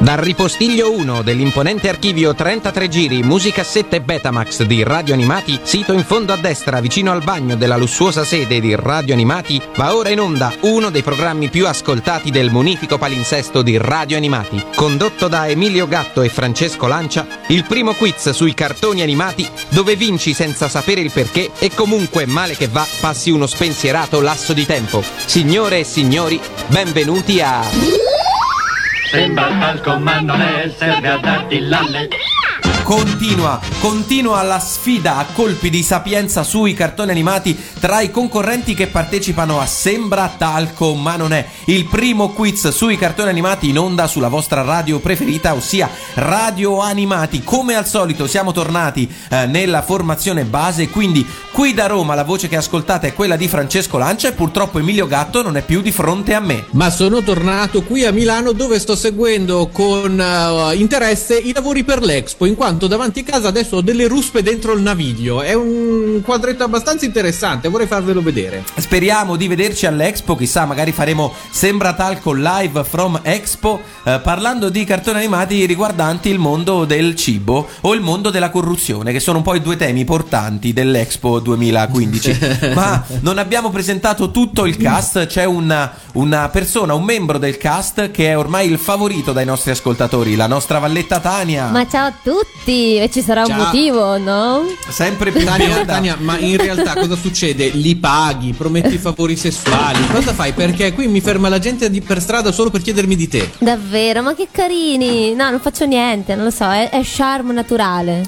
Dal ripostiglio 1 dell'imponente archivio 33 giri, musicassette e Betamax di Radio Animati, sito in fondo a destra vicino al bagno della lussuosa sede di Radio Animati, va ora in onda uno dei programmi più ascoltati del munifico palinsesto di Radio Animati. Condotto da Emilio Gatto e Francesco Lancia, il primo quiz sui cartoni animati dove vinci senza sapere il perché e comunque male che va passi uno spensierato lasso di tempo. Signore e signori, benvenuti a... Sembra talco ma non è, serve a darti l'alle. Continua la sfida a colpi di sapienza sui cartoni animati tra i concorrenti che partecipano a Sembra Talco ma non è, il primo quiz sui cartoni animati in onda sulla vostra radio preferita, ossia Radio Animati. Come al solito siamo tornati nella formazione base, quindi qui da Roma la voce che ascoltate è quella di Francesco Lancia e purtroppo Emilio Gatto non è più di fronte a me. Ma sono tornato qui a Milano, dove sto seguendo con interesse i lavori per l'Expo, in quanto davanti a casa adesso ho delle ruspe dentro il Naviglio. È un quadretto abbastanza interessante, vorrei farvelo vedere. Speriamo di vederci all'Expo, chissà, magari faremo Sembra Talco live from Expo, parlando di cartoni animati riguardanti il mondo del cibo o il mondo della corruzione, che sono un po' i due temi portanti dell'Expo 2015. Ma non abbiamo presentato tutto il cast, c'è una persona, un membro del cast che è ormai il favorito dai nostri ascoltatori, la nostra Valletta Tania. Ma ciao a tutti, e ci sarà un motivo, no? Sempre più Tania, ma in realtà cosa succede? Li paghi, prometti favori sessuali, cosa fai? Perché qui mi ferma la gente per strada solo per chiedermi di te. Davvero, ma che carini. No, non faccio niente, non lo so, è charme naturale.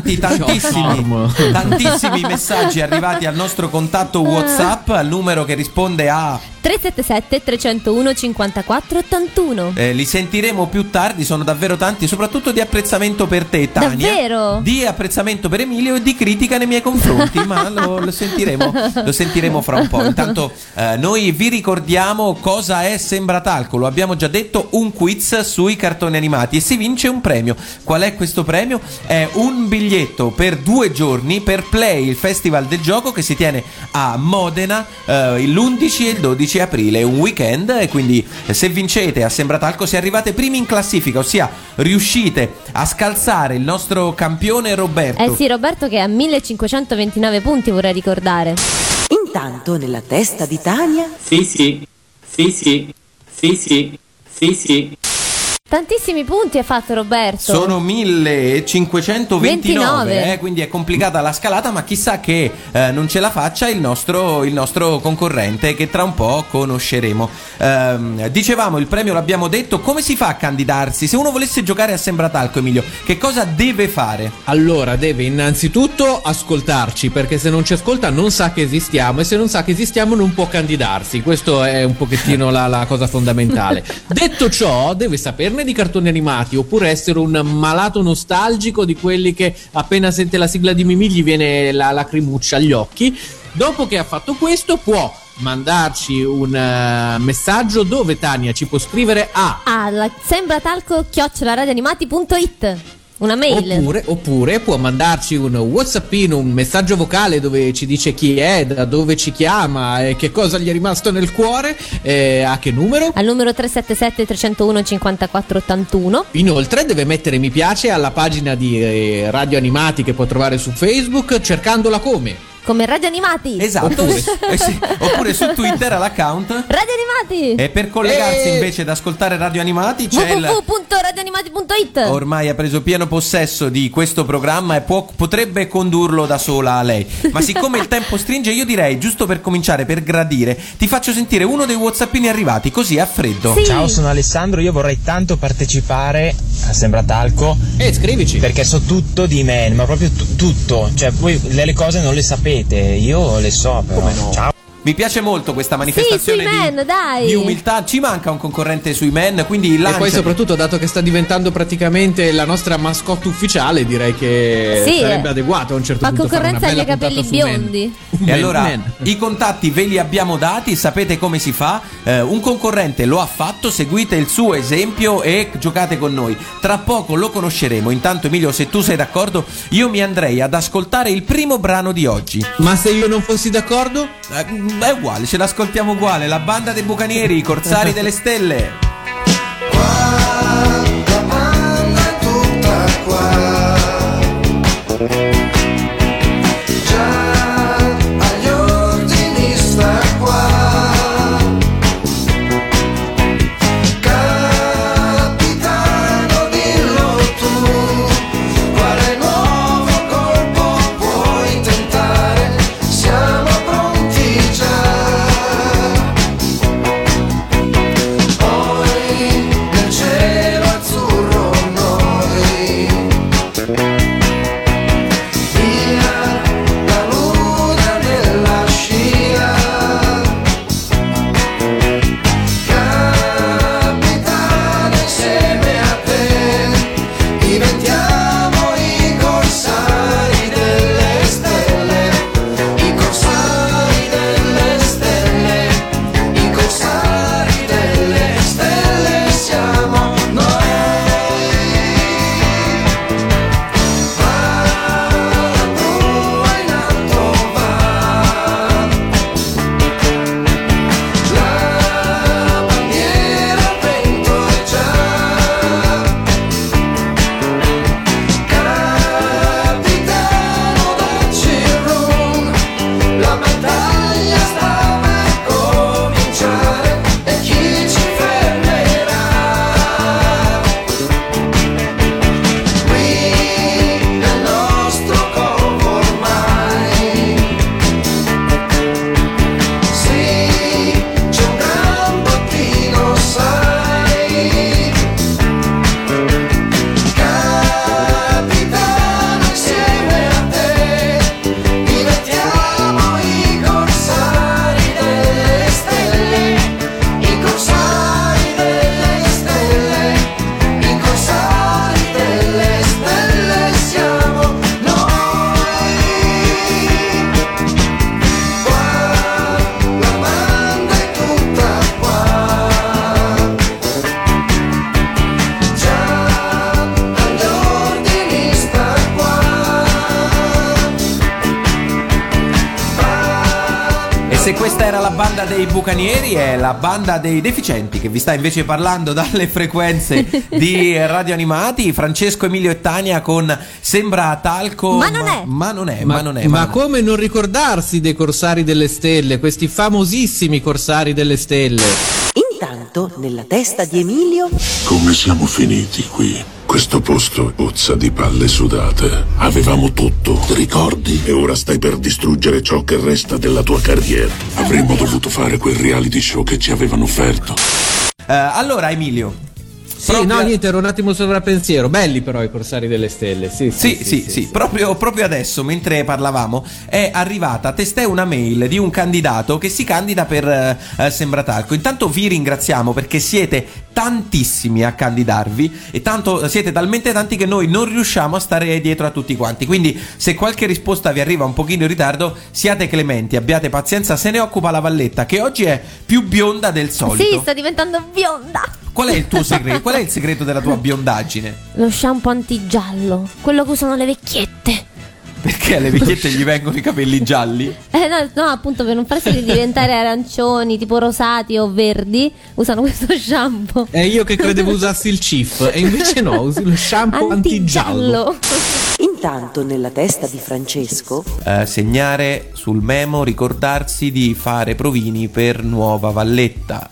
Tantissimi messaggi arrivati al nostro contatto WhatsApp, al numero che risponde a 377 301 54 81. Li sentiremo più tardi, sono davvero tanti, soprattutto di apprezzamento per te, Tania. Davvero? Di apprezzamento per Emilio e di critica nei miei confronti, ma lo sentiremo fra un po'. Intanto noi vi ricordiamo cosa è Sembra Talco, lo abbiamo già detto, un quiz sui cartoni animati e si vince un premio. Qual è questo premio? È un biglietto per 2 giorni per Play, il festival del gioco che si tiene a Modena l'11 e il 12 aprile, un weekend, e quindi se vincete a Sembra Talco, se arrivate primi in classifica, ossia riuscite a scalzare il nostro campione Roberto. Sì, Roberto che ha 1529 punti, vorrei ricordare. Intanto nella testa di Tania Sì. Tantissimi punti ha fatto Roberto. Sono 1529, quindi è complicata la scalata, ma chissà che non ce la faccia il nostro concorrente, che tra un po' conosceremo. Dicevamo, il premio l'abbiamo detto. Come si fa a candidarsi? Se uno volesse giocare a Sembra Talco, Emilio, che cosa deve fare? Allora, deve innanzitutto ascoltarci, perché se non ci ascolta non sa che esistiamo, e se non sa che esistiamo non può candidarsi. Questo è un pochettino la cosa fondamentale. Detto ciò, deve saperne di cartoni animati, oppure essere un malato nostalgico di quelli che appena sente la sigla di Mimì gli viene la lacrimuccia agli occhi. Dopo che ha fatto questo può mandarci un messaggio dove, Tania, ci può scrivere a sembratalco@radioanimati.it, una mail, oppure può mandarci un WhatsAppino, un messaggio vocale dove ci dice chi è, da dove ci chiama e che cosa gli è rimasto nel cuore, a che numero? Al numero 377 301 54 81. Inoltre deve mettere mi piace alla pagina di Radio Animati che può trovare su Facebook, cercandola come Radio Animati. Esatto. Oppure su Twitter all'account Radio Animati. E per collegarsi invece ad ascoltare Radio Animati c'è www.radioanimati.it. Ormai ha preso pieno possesso di questo programma e potrebbe condurlo da sola a lei. Ma siccome il tempo stringe, io direi, giusto per cominciare, per gradire, ti faccio sentire uno dei WhatsAppini arrivati, così a freddo. Sì. Ciao, sono Alessandro, io vorrei tanto partecipare a Sembra Talco. Scrivici. Perché so tutto di Man, ma proprio tutto. Cioè, voi delle cose non le sapete, io le so però. Come no? Ciao. Mi piace molto questa manifestazione di umiltà. Ci manca un concorrente sui Men, quindi lancia. E poi soprattutto, dato che sta diventando praticamente la nostra mascotte ufficiale, direi che sarebbe adeguato a un certo punto. Ma concorrenza agli capelli biondi. E allora i contatti ve li abbiamo dati, sapete come si fa. Un concorrente lo ha fatto, seguite il suo esempio e giocate con noi. Tra poco lo conosceremo. Intanto, Emilio, se tu sei d'accordo, io mi andrei ad ascoltare il primo brano di oggi. Ma se io non fossi d'accordo? È uguale, ce l'ascoltiamo uguale. La banda dei bucanieri, i corsari delle stelle. Quando questa era la banda dei bucanieri, è la banda dei deficienti che vi sta invece parlando dalle frequenze di Radio Animati. Francesco, Emilio e Tania con Sembra Talco. Ma come non ricordarsi dei Corsari delle Stelle, questi famosissimi Corsari delle Stelle? Intanto, nella testa di Emilio... Come siamo finiti qui? Questo posto puzza di palle sudate. Avevamo tutto, ti ricordi? E ora stai per distruggere ciò che resta della tua carriera. Avremmo dovuto fare quel reality show che ci avevano offerto. Allora, Emilio. Niente, ero un attimo sovrappensiero. Belli però i Corsari delle Stelle. Sì. Proprio adesso, mentre parlavamo, è arrivata a testè una mail di un candidato che si candida per Sembra Talco. Intanto vi ringraziamo perché siete tantissimi a candidarvi e siete talmente tanti che noi non riusciamo a stare dietro a tutti quanti. Quindi se qualche risposta vi arriva un pochino in ritardo, siate clementi, abbiate pazienza, se ne occupa la Valletta, che oggi è più bionda del solito. Sì, sta diventando bionda. Qual è il tuo segreto? Qual è il segreto della tua biondaggine? Lo shampoo antigiallo, quello che usano le vecchiette. Perché alle vecchiette gli vengono i capelli gialli? No, appunto per non farsi diventare arancioni, tipo rosati o verdi, usano questo shampoo. E io che credevo usassi il Cif, e invece no, usi lo shampoo antigiallo. Intanto, nella testa di Francesco... Segnare sul memo, ricordarsi di fare provini per Nuova Valletta.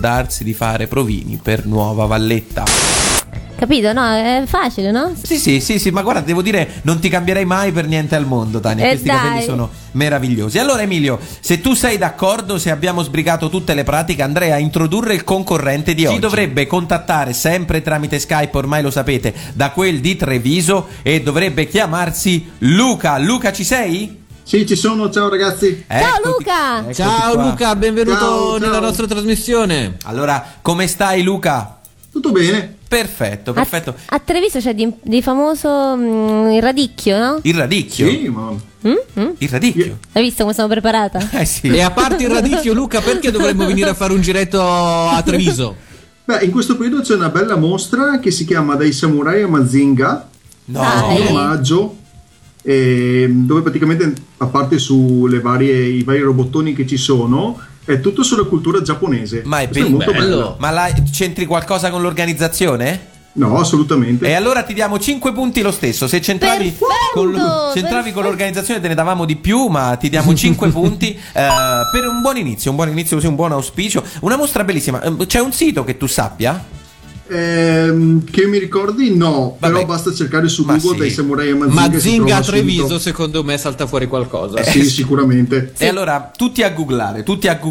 Capito? No, è facile, no? Sì, ma guarda, devo dire, non ti cambierei mai per niente al mondo, Tania. Questi capelli sono meravigliosi. Allora, Emilio, se tu sei d'accordo, se abbiamo sbrigato tutte le pratiche, andrei a introdurre il concorrente di oggi. Ci dovrebbe contattare sempre tramite Skype, ormai lo sapete, da quel di Treviso, e dovrebbe chiamarsi Luca. Luca, ci sei? Sì, ci sono, ciao ragazzi. Ciao Luca. Ciao qua. Luca, benvenuto ciao. nella nostra trasmissione. Allora, come stai, Luca? Tutto bene. Perfetto. A Treviso c'è di famoso il radicchio, no? Il radicchio? Sì, ma... Il radicchio? Hai visto come sono preparata? Sì. E a parte il radicchio, Luca, perché dovremmo venire a fare un giretto a Treviso? Beh, in questo periodo c'è una bella mostra che si chiama Dai Samurai a Mazinga. No. In maggio, dove praticamente, a parte i vari robottoni che ci sono, è tutto sulla cultura giapponese. Ma è molto bello. Ma c'entri qualcosa con l'organizzazione? No, assolutamente. E allora ti diamo 5 punti lo stesso. Se c'entravi con l'organizzazione te ne davamo di più, ma ti diamo 5 punti per un buon inizio, così, un buon auspicio. Una mostra bellissima. C'è un sito che tu sappia? Che mi ricordi? No. Vabbè. Però basta cercare su Google Dai Samurai a Mazinga. Mazinga a Treviso, secondo me salta fuori qualcosa. Sì, sicuramente. E allora tutti a googlare.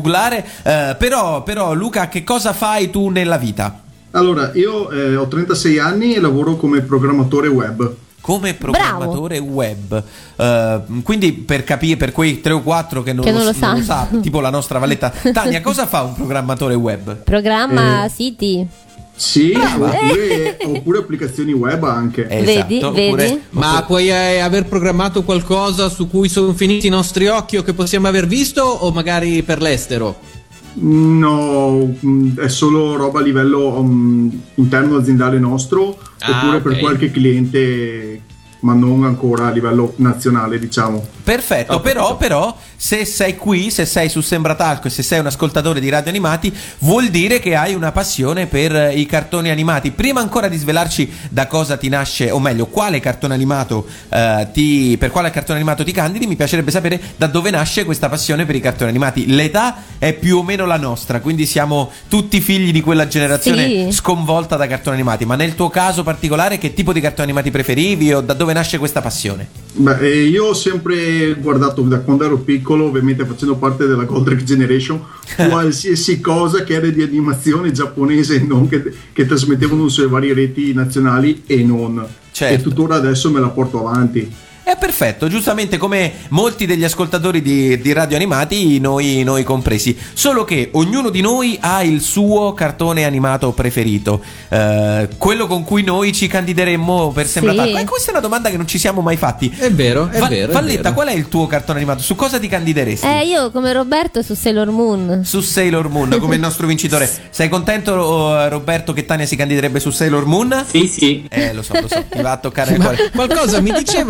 Però Luca, che cosa fai tu nella vita? Allora, io ho 36 anni e lavoro come programmatore web. Come programmatore web. Quindi per capire, per quei 3 o 4 che non lo sa, tipo la nostra Valletta. Tania, cosa fa un programmatore web? Programma siti. Sì, oppure applicazioni web anche. Esatto, vedi? Ma puoi aver programmato qualcosa su cui sono finiti i nostri occhi o che possiamo aver visto, o magari per l'estero? No, è solo roba a livello interno aziendale nostro, oppure per qualche cliente, ma non ancora a livello nazionale, diciamo. Perfetto, però se sei qui, se sei su Sembra Talco e se sei un ascoltatore di Radio Animati, vuol dire che hai una passione per i cartoni animati. Prima ancora di svelarci da cosa ti nasce, o meglio, quale cartone animato per quale cartone animato ti candidi, mi piacerebbe sapere da dove nasce questa passione per i cartoni animati. L'età è più o meno la nostra, quindi siamo tutti figli di quella generazione sconvolta da cartoni animati. Ma nel tuo caso particolare, che tipo di cartoni animati preferivi o da dove nasce questa passione? Beh, io ho sempre guardato da quando ero piccolo, ovviamente facendo parte della Golden Generation, qualsiasi cosa che era di animazione giapponese, non che trasmettevano sulle varie reti nazionali e non. Certo. E tuttora adesso me la porto avanti. È perfetto, giustamente come molti degli ascoltatori di Radio Animati, noi compresi. Solo che ognuno di noi ha il suo cartone animato preferito, quello con cui noi ci candideremmo per Sembra Talco. E questa è una domanda che non ci siamo mai fatti. È vero, è vero. Valletta, qual è il tuo cartone animato? Su cosa ti candideresti? Io come Roberto su Sailor Moon. Su Sailor Moon, come il nostro vincitore. Sei contento, Roberto, che Tania si candiderebbe su Sailor Moon? Sì. Lo so, ti va a toccare il cuore. Qualcosa mi diceva che in realtà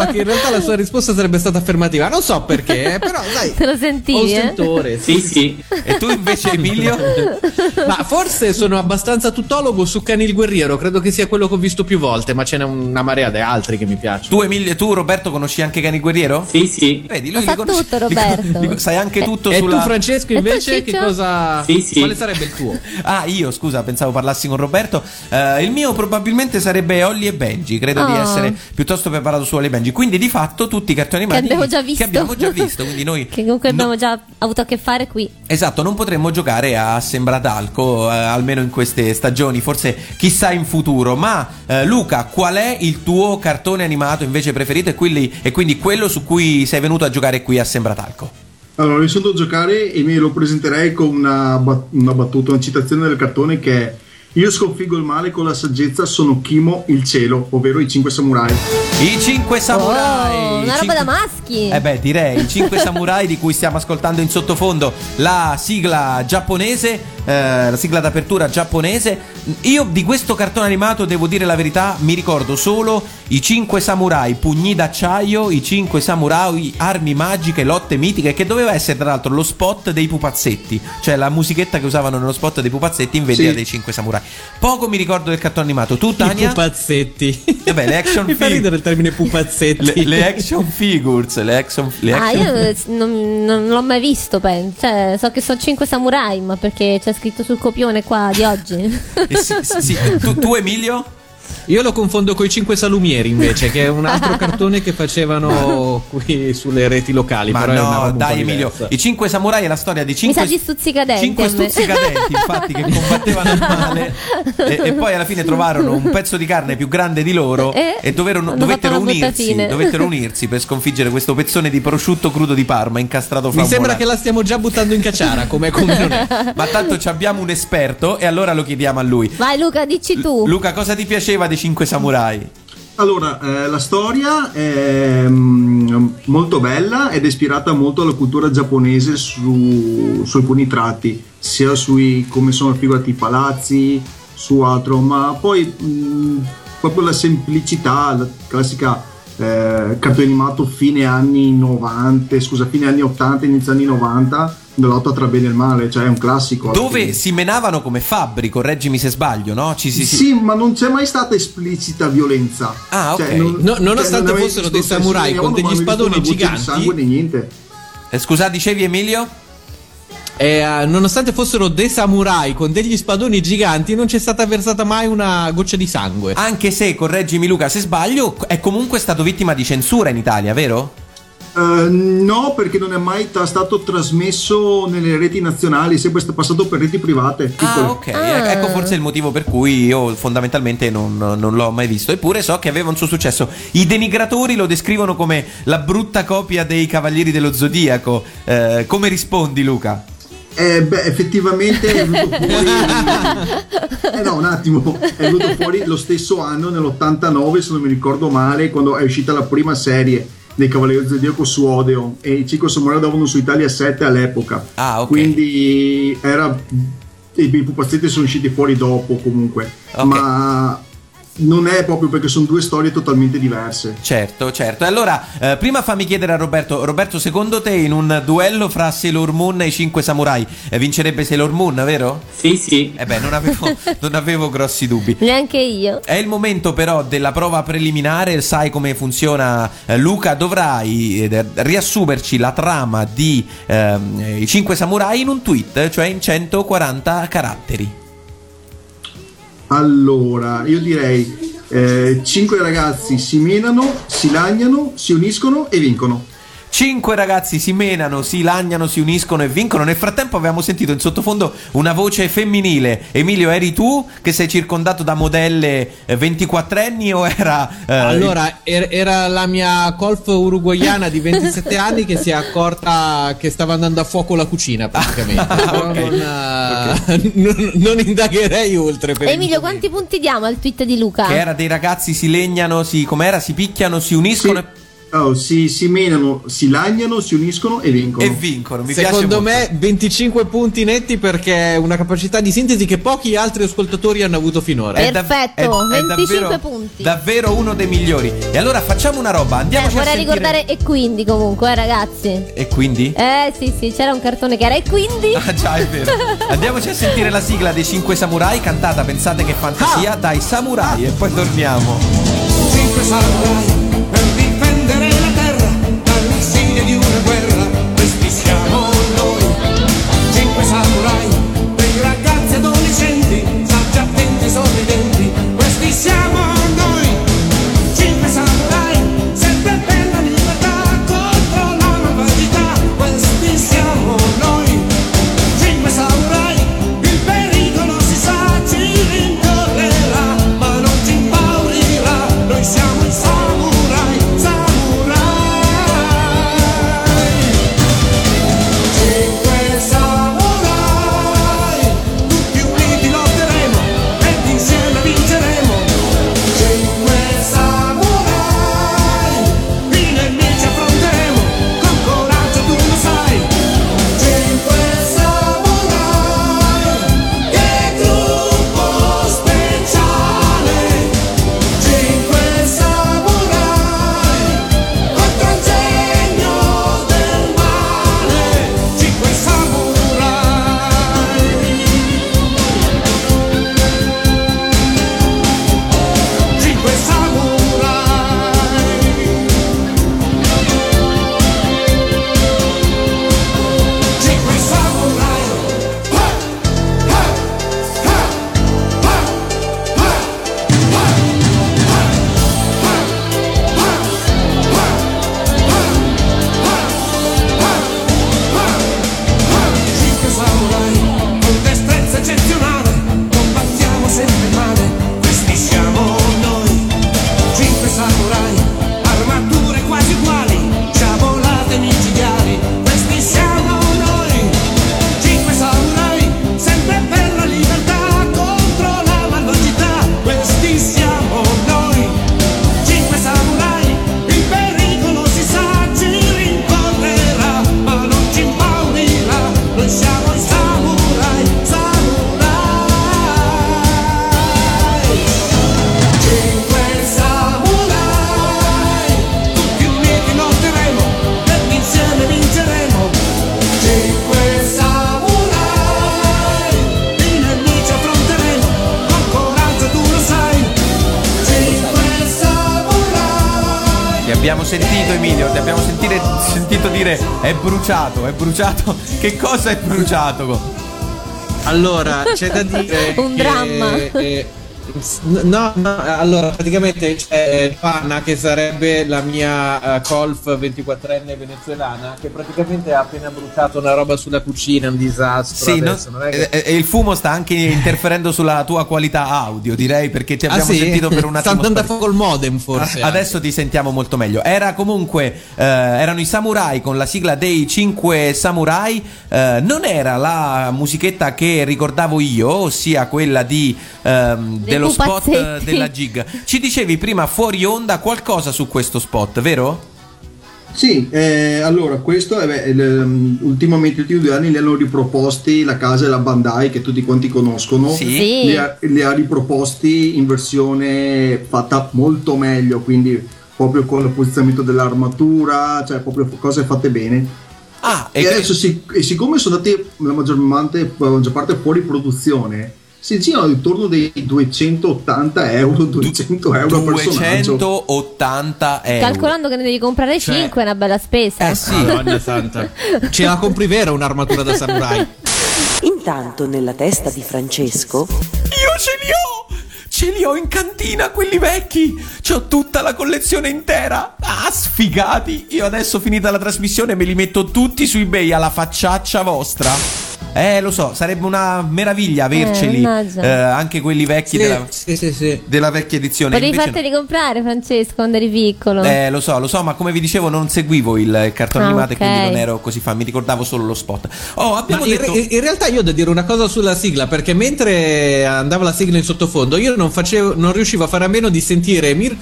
realtà la sua risposta sarebbe stata affermativa. Non so perché, però dai. Te lo sentivi? Ho un sentore. Sì. E tu invece, Emilio? Ma forse sono abbastanza tuttologo su Cani il Guerriero. Credo che sia quello che ho visto più volte, ma ce n'è una marea di altri che mi piacciono. Tu, Emilio, tu, Roberto, conosci anche Cani il Guerriero? Sì. Vedi, Lo sa tutto, Roberto. Sai anche tutto E sulla... tu, Francesco, invece, tu, che cosa... Sì. Quale sarebbe il tuo? Ah, io, scusa, pensavo parlassi con Roberto. Il mio probabilmente sarebbe Holly e Benji. Credo di essere piuttosto preparato su Holly e Benji. Quindi, di fatto, tutti i cartoni animati che abbiamo già visto. Quindi noi che comunque abbiamo già avuto a che fare qui. Esatto, non potremmo giocare a Sembratalco, almeno in queste stagioni, forse chissà in futuro. Ma Luca, qual è il tuo cartone animato invece preferito e quindi quello su cui sei venuto a giocare qui a Sembratalco? Allora, io sono andato a giocare e me lo presenterei con una battuta, una citazione del cartone che è: io sconfiggo il male con la saggezza, sono Kimo il cielo, ovvero i 5 samurai. I 5 samurai! Una roba da maschi! Direi i 5 samurai di cui stiamo ascoltando in sottofondo la sigla giapponese, la sigla d'apertura giapponese. Io di questo cartone animato, devo dire la verità, mi ricordo solo i 5 samurai, pugni d'acciaio, i 5 samurai, armi magiche, lotte mitiche, che doveva essere tra l'altro lo spot dei pupazzetti, cioè la musichetta che usavano nello spot dei pupazzetti in vendita dei 5 samurai. Poco mi ricordo del cartone animato. Tu, Tania? I pupazzetti. Vabbè, le action mi fa ridere il termine pupazzetti. le action figures, io non l'ho mai visto, penso. Cioè, so che sono 5 samurai, ma perché c'è scritto sul copione qua di oggi. Sì. Tu, Emilio? Io lo confondo con i 5 salumieri invece, che è un altro cartone che facevano qui sulle reti locali. Ma però no, dai Emilio, i 5 samurai è la storia di 5 Mi sa di stuzzicadenti. 5 stuzzicadenti, infatti, che combattevano il male e poi alla fine trovarono un pezzo di carne più grande di loro e dovettero unirsi per sconfiggere questo pezzone di prosciutto crudo di Parma incastrato fra Mi sembra che la stiamo già buttando in cacciara, come non è. Ma tanto abbiamo un esperto e allora lo chiediamo a lui. Vai Luca, dici tu. Luca, cosa ti piaceva dei 5 samurai? Allora, la storia è molto bella ed è ispirata molto alla cultura giapponese su alcuni tratti, sia sui come sono raffigurati i palazzi, su altro, ma poi proprio la semplicità, la classica cartone animato fine anni 80, inizio anni 90, la lotta tra bene e il male, cioè è un classico. Dove si menavano come fabbri, correggimi se sbaglio, no? Sì, ma non c'è mai stata esplicita violenza. Ah, ok. Nonostante fossero dei samurai con degli spadoni giganti. Sangue né niente. Scusa, dicevi Emilio? Nonostante fossero dei samurai con degli spadoni giganti, non c'è stata versata mai una goccia di sangue. Anche se, correggimi Luca se sbaglio, è comunque stato vittima di censura in Italia, vero? No, perché non è mai stato trasmesso nelle reti nazionali, è sempre passato per reti private piccole. Ok, ecco forse il motivo per cui io fondamentalmente non l'ho mai visto. Eppure so che aveva un suo successo. I denigratori lo descrivono come la brutta copia dei Cavalieri dello Zodiaco. Come rispondi, Luca? Effettivamente è venuto fuori no, un attimo, è venuto fuori lo stesso anno, nell'89 se non mi ricordo male, quando è uscita la prima serie dei Cavalieri del Zodiaco su Odeon, e i 5 samurai davano su Italia 7 all'epoca. Quindi i pupazzetti sono usciti fuori dopo comunque, ma non è proprio perché sono due storie totalmente diverse. Certo. E allora, prima fammi chiedere a Roberto, secondo te in un duello fra Sailor Moon e i 5 samurai vincerebbe Sailor Moon, vero? Sì. Non avevo grossi dubbi. Neanche io. È il momento però della prova preliminare. Sai come funziona, Luca? Dovrai riassumerci la trama di i 5 samurai in un tweet, cioè in 140 caratteri. Allora, io direi 5 ragazzi si menano, si lagnano, si uniscono e vincono. 5 ragazzi si menano, si lagnano, si uniscono e vincono. Nel frattempo avevamo sentito in sottofondo una voce femminile. Emilio, eri tu che sei circondato da modelle 24enni o era... Allora, era la mia colf uruguaiana di 27 anni che si è accorta che stava andando a fuoco la cucina praticamente. Non indagherei oltre. Emilio, quanti punti diamo al tweet di Luca? Che era dei ragazzi si legnano, si picchiano, si uniscono. Sì. si menano, si lagnano, si uniscono e vincono. Secondo me 25 punti netti, perché è una capacità di sintesi che pochi altri ascoltatori hanno avuto finora. Perfetto, è 25 davvero, punti. Davvero uno dei migliori. E allora facciamo una roba, andiamoci a vorrei sentire. ricordare E quindi comunque, ragazzi. E quindi? Sì, c'era un cartone che era E quindi. Ah già, è vero. Andiamoci a sentire la sigla dei 5 Samurai, cantata, pensate che fantasia, dai Samurai, e poi torniamo. 5 samurai per difendere la terra dall'insidia di una guerra, questi siamo noi. 5 samurai per i ragazzi adolescenti, saggi, attenti, sorridenti, questi siamo noi. 5 samurai sempre per la libertà contro la malvagità, questi siamo noi. 5 samurai, il pericolo si sa, ci rincorrerà, ma non ci impaurirà, noi siamo i samurai, samurai. 5 samurai, tutti uniti lotteremo ed insieme vinceremo. 5 samurai, i nemici affronteremo con coraggio, tu lo sai. 5 samurai, che gruppo speciale. 5 samurai, contro il genio del male. 5 samurai. 5 samurai. 5 samurai. Cinque samurai con destrezza eccezionale, combattiamo sempre il male, questi siamo noi. 5 samurai, armature quasi uguali, sciabolate micidiali, questi siamo noi. 5 samurai, sempre per la libertà contro la malvagità, questi siamo noi. 5 samurai, il pericolo si sa, ci rincorrerà, ma non ci impaurirà, noi siamo i samurai, samurai. 5 samurai, tutti uniti lotteremo ed insieme vinceremo. 5 samurai, i nemici affronteremo con coraggio, tu lo sai. 5 samurai. Ti abbiamo sentito, Emilio, ti abbiamo sentito dire è bruciato. Che cosa è bruciato? Allora, c'è da dire Un dramma. No, allora praticamente c'è Joanna, che sarebbe la mia Colf 24enne venezuelana, che praticamente ha appena bruciato una roba sulla cucina, un disastro. Sì, adesso, non è che... e il fumo sta anche interferendo sulla tua qualità audio, direi, perché ti abbiamo sentito per un attimo. Sta andando a fuoco il modem, forse. Adesso ti sentiamo molto meglio. Era comunque erano i Samurai con la sigla dei 5 Samurai. Non era la musichetta che ricordavo io, ossia quella dello spot della Gig. Ci dicevi prima fuori onda qualcosa su questo spot, vero? Sì, allora questo ultimamente, gli ultimi 2 anni li hanno riproposti la casa e la Bandai, che tutti quanti conoscono. Sì. Li ha riproposti in versione fatta molto meglio, quindi proprio con il posizionamento dell'armatura, cioè proprio cose fatte bene. E adesso siccome sono andati la maggior parte fuori produzione, si girano intorno dei 280 euro, 200 euro per personaggio. 280 euro. Calcolando che ne devi comprare 5 è una bella spesa. Sì. Madonna santa. Ce la compri vera un'armatura da samurai? Intanto nella testa di Francesco Io ce li ho in cantina, quelli vecchi. C'ho tutta la collezione intera. Sfigati. Io adesso, finita la trasmissione, me li metto tutti su eBay alla facciaccia vostra. Lo so, sarebbe una meraviglia averceli, anche quelli vecchi della vecchia edizione. Potevi Invece farteli comprare, Francesco, quando eri piccolo. Lo so, ma come vi dicevo non seguivo il cartone animato, e quindi non ero così fan, mi ricordavo solo lo spot. In realtà io ho da dire una cosa sulla sigla, perché mentre andava la sigla in sottofondo io non riuscivo a fare a meno di sentire Mirko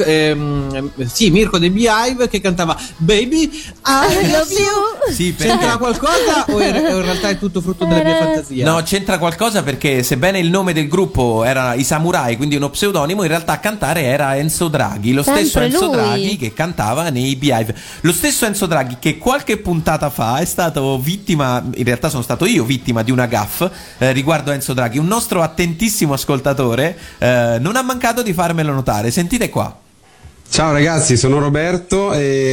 dei Beehive che cantava Baby I love you. Sì, c'entra qualcosa o in realtà è tutto frutto della mia fantasia? No, c'entra qualcosa, perché sebbene il nome del gruppo era i Samurai, quindi uno pseudonimo, in realtà a cantare era Enzo Draghi, lo stesso Enzo Draghi che cantava nei Beehive, lo stesso Enzo Draghi che qualche puntata fa è stato vittima, in realtà sono stato io vittima di una gaffe riguardo Enzo Draghi. Un nostro attentissimo ascoltatore non ha mancato di farmelo notare. Sentite qua. Ciao ragazzi, sono Roberto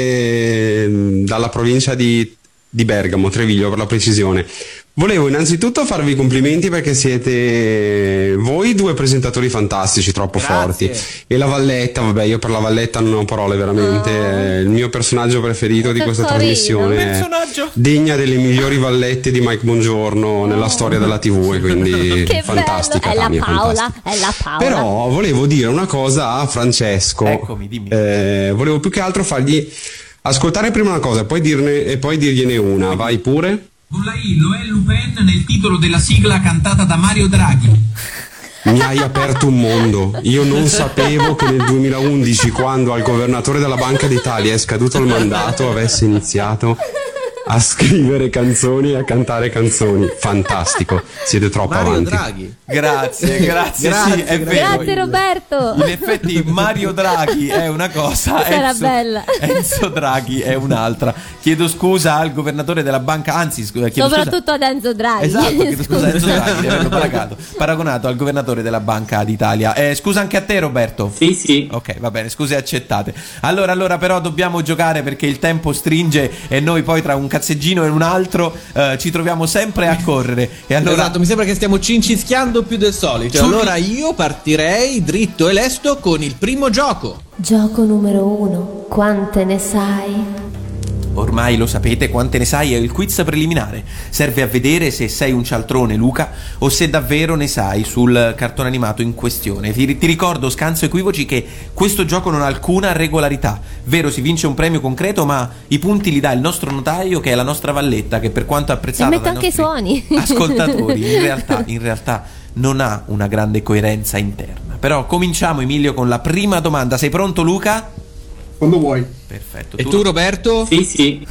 dalla provincia di Bergamo, Treviglio per la precisione. Volevo innanzitutto farvi i complimenti perché siete voi due presentatori fantastici, troppo forti. E la Valletta, vabbè, io per la Valletta non ho parole, veramente. È il mio personaggio preferito di questa trasmissione, degna delle migliori Vallette di Mike Bongiorno nella storia della TV, e quindi che fantastica. È la Tania, Paola, fantastica. è la Paola. Però volevo dire una cosa a Francesco. Eccomi, dimmi. Volevo più che altro fargli ascoltare prima una cosa e poi dirgliene una. Vai pure. Con la I, lo è Lupin nel titolo della sigla cantata da Mario Draghi. Mi hai aperto un mondo. Io non sapevo che nel 2011, quando al governatore della Banca d'Italia è scaduto il mandato, avesse iniziato a scrivere canzoni e a cantare canzoni. Fantastico, siete troppo Mario avanti. Draghi. Grazie, sì, è vero. Grazie Roberto. In effetti Mario Draghi è una cosa, Sarà bella. Enzo Draghi è un'altra. Chiedo scusa al governatore della banca, anzi chiedo soprattutto ad Enzo Draghi. Esatto, chiedo scusa a Enzo Draghi di averlo paragonato al governatore della Banca d'Italia. Scusa anche a te Roberto? Sì. Ok, va bene, scuse accettate. Allora però dobbiamo giocare perché il tempo stringe e noi poi tra un cazzeggino e un altro ci troviamo sempre a correre. E allora... Esatto, mi sembra che stiamo cincischiando più del solito. Allora io partirei dritto e lesto con il primo gioco. Gioco numero 1. Quante ne sai? Ormai lo sapete, quante ne sai, è il quiz preliminare. Serve a vedere se sei un cialtrone, Luca, o se davvero ne sai sul cartone animato in questione. Ti ricordo, scanso equivoci, che questo gioco non ha alcuna regolarità. Vero, si vince un premio concreto, ma i punti li dà il nostro notaio, che è la nostra Valletta, che per quanto apprezzata e metto anche i suoni ascoltatori, in realtà non ha una grande coerenza interna. Però cominciamo, Emilio, con la prima domanda. Sei pronto, Luca? Quando vuoi. Perfetto. E tu Roberto? Sì.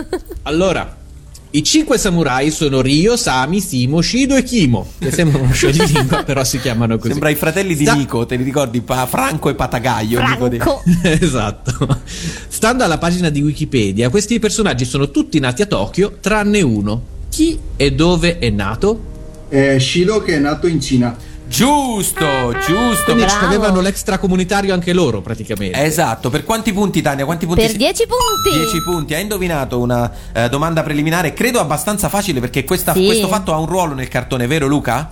Allora, i 5 samurai sono Ryo, Sami, Simo, Shido e Kimo, che sembrano uno scioglilingua, però si chiamano così. Sembra i fratelli di Nico, te li ricordi? Franco e Patagaio. Franco. Esatto. Stando alla pagina di Wikipedia, questi personaggi sono tutti nati a Tokyo, tranne uno. Chi e dove è nato? Shido, che è nato in Cina. Giusto. Quindi avevano l'extracomunitario anche loro praticamente. Esatto. Per quanti punti, Tania? Quanti punti? Per 10 punti. 10 punti. Hai indovinato una domanda preliminare, credo abbastanza facile, perché questo fatto ha un ruolo nel cartone, vero Luca?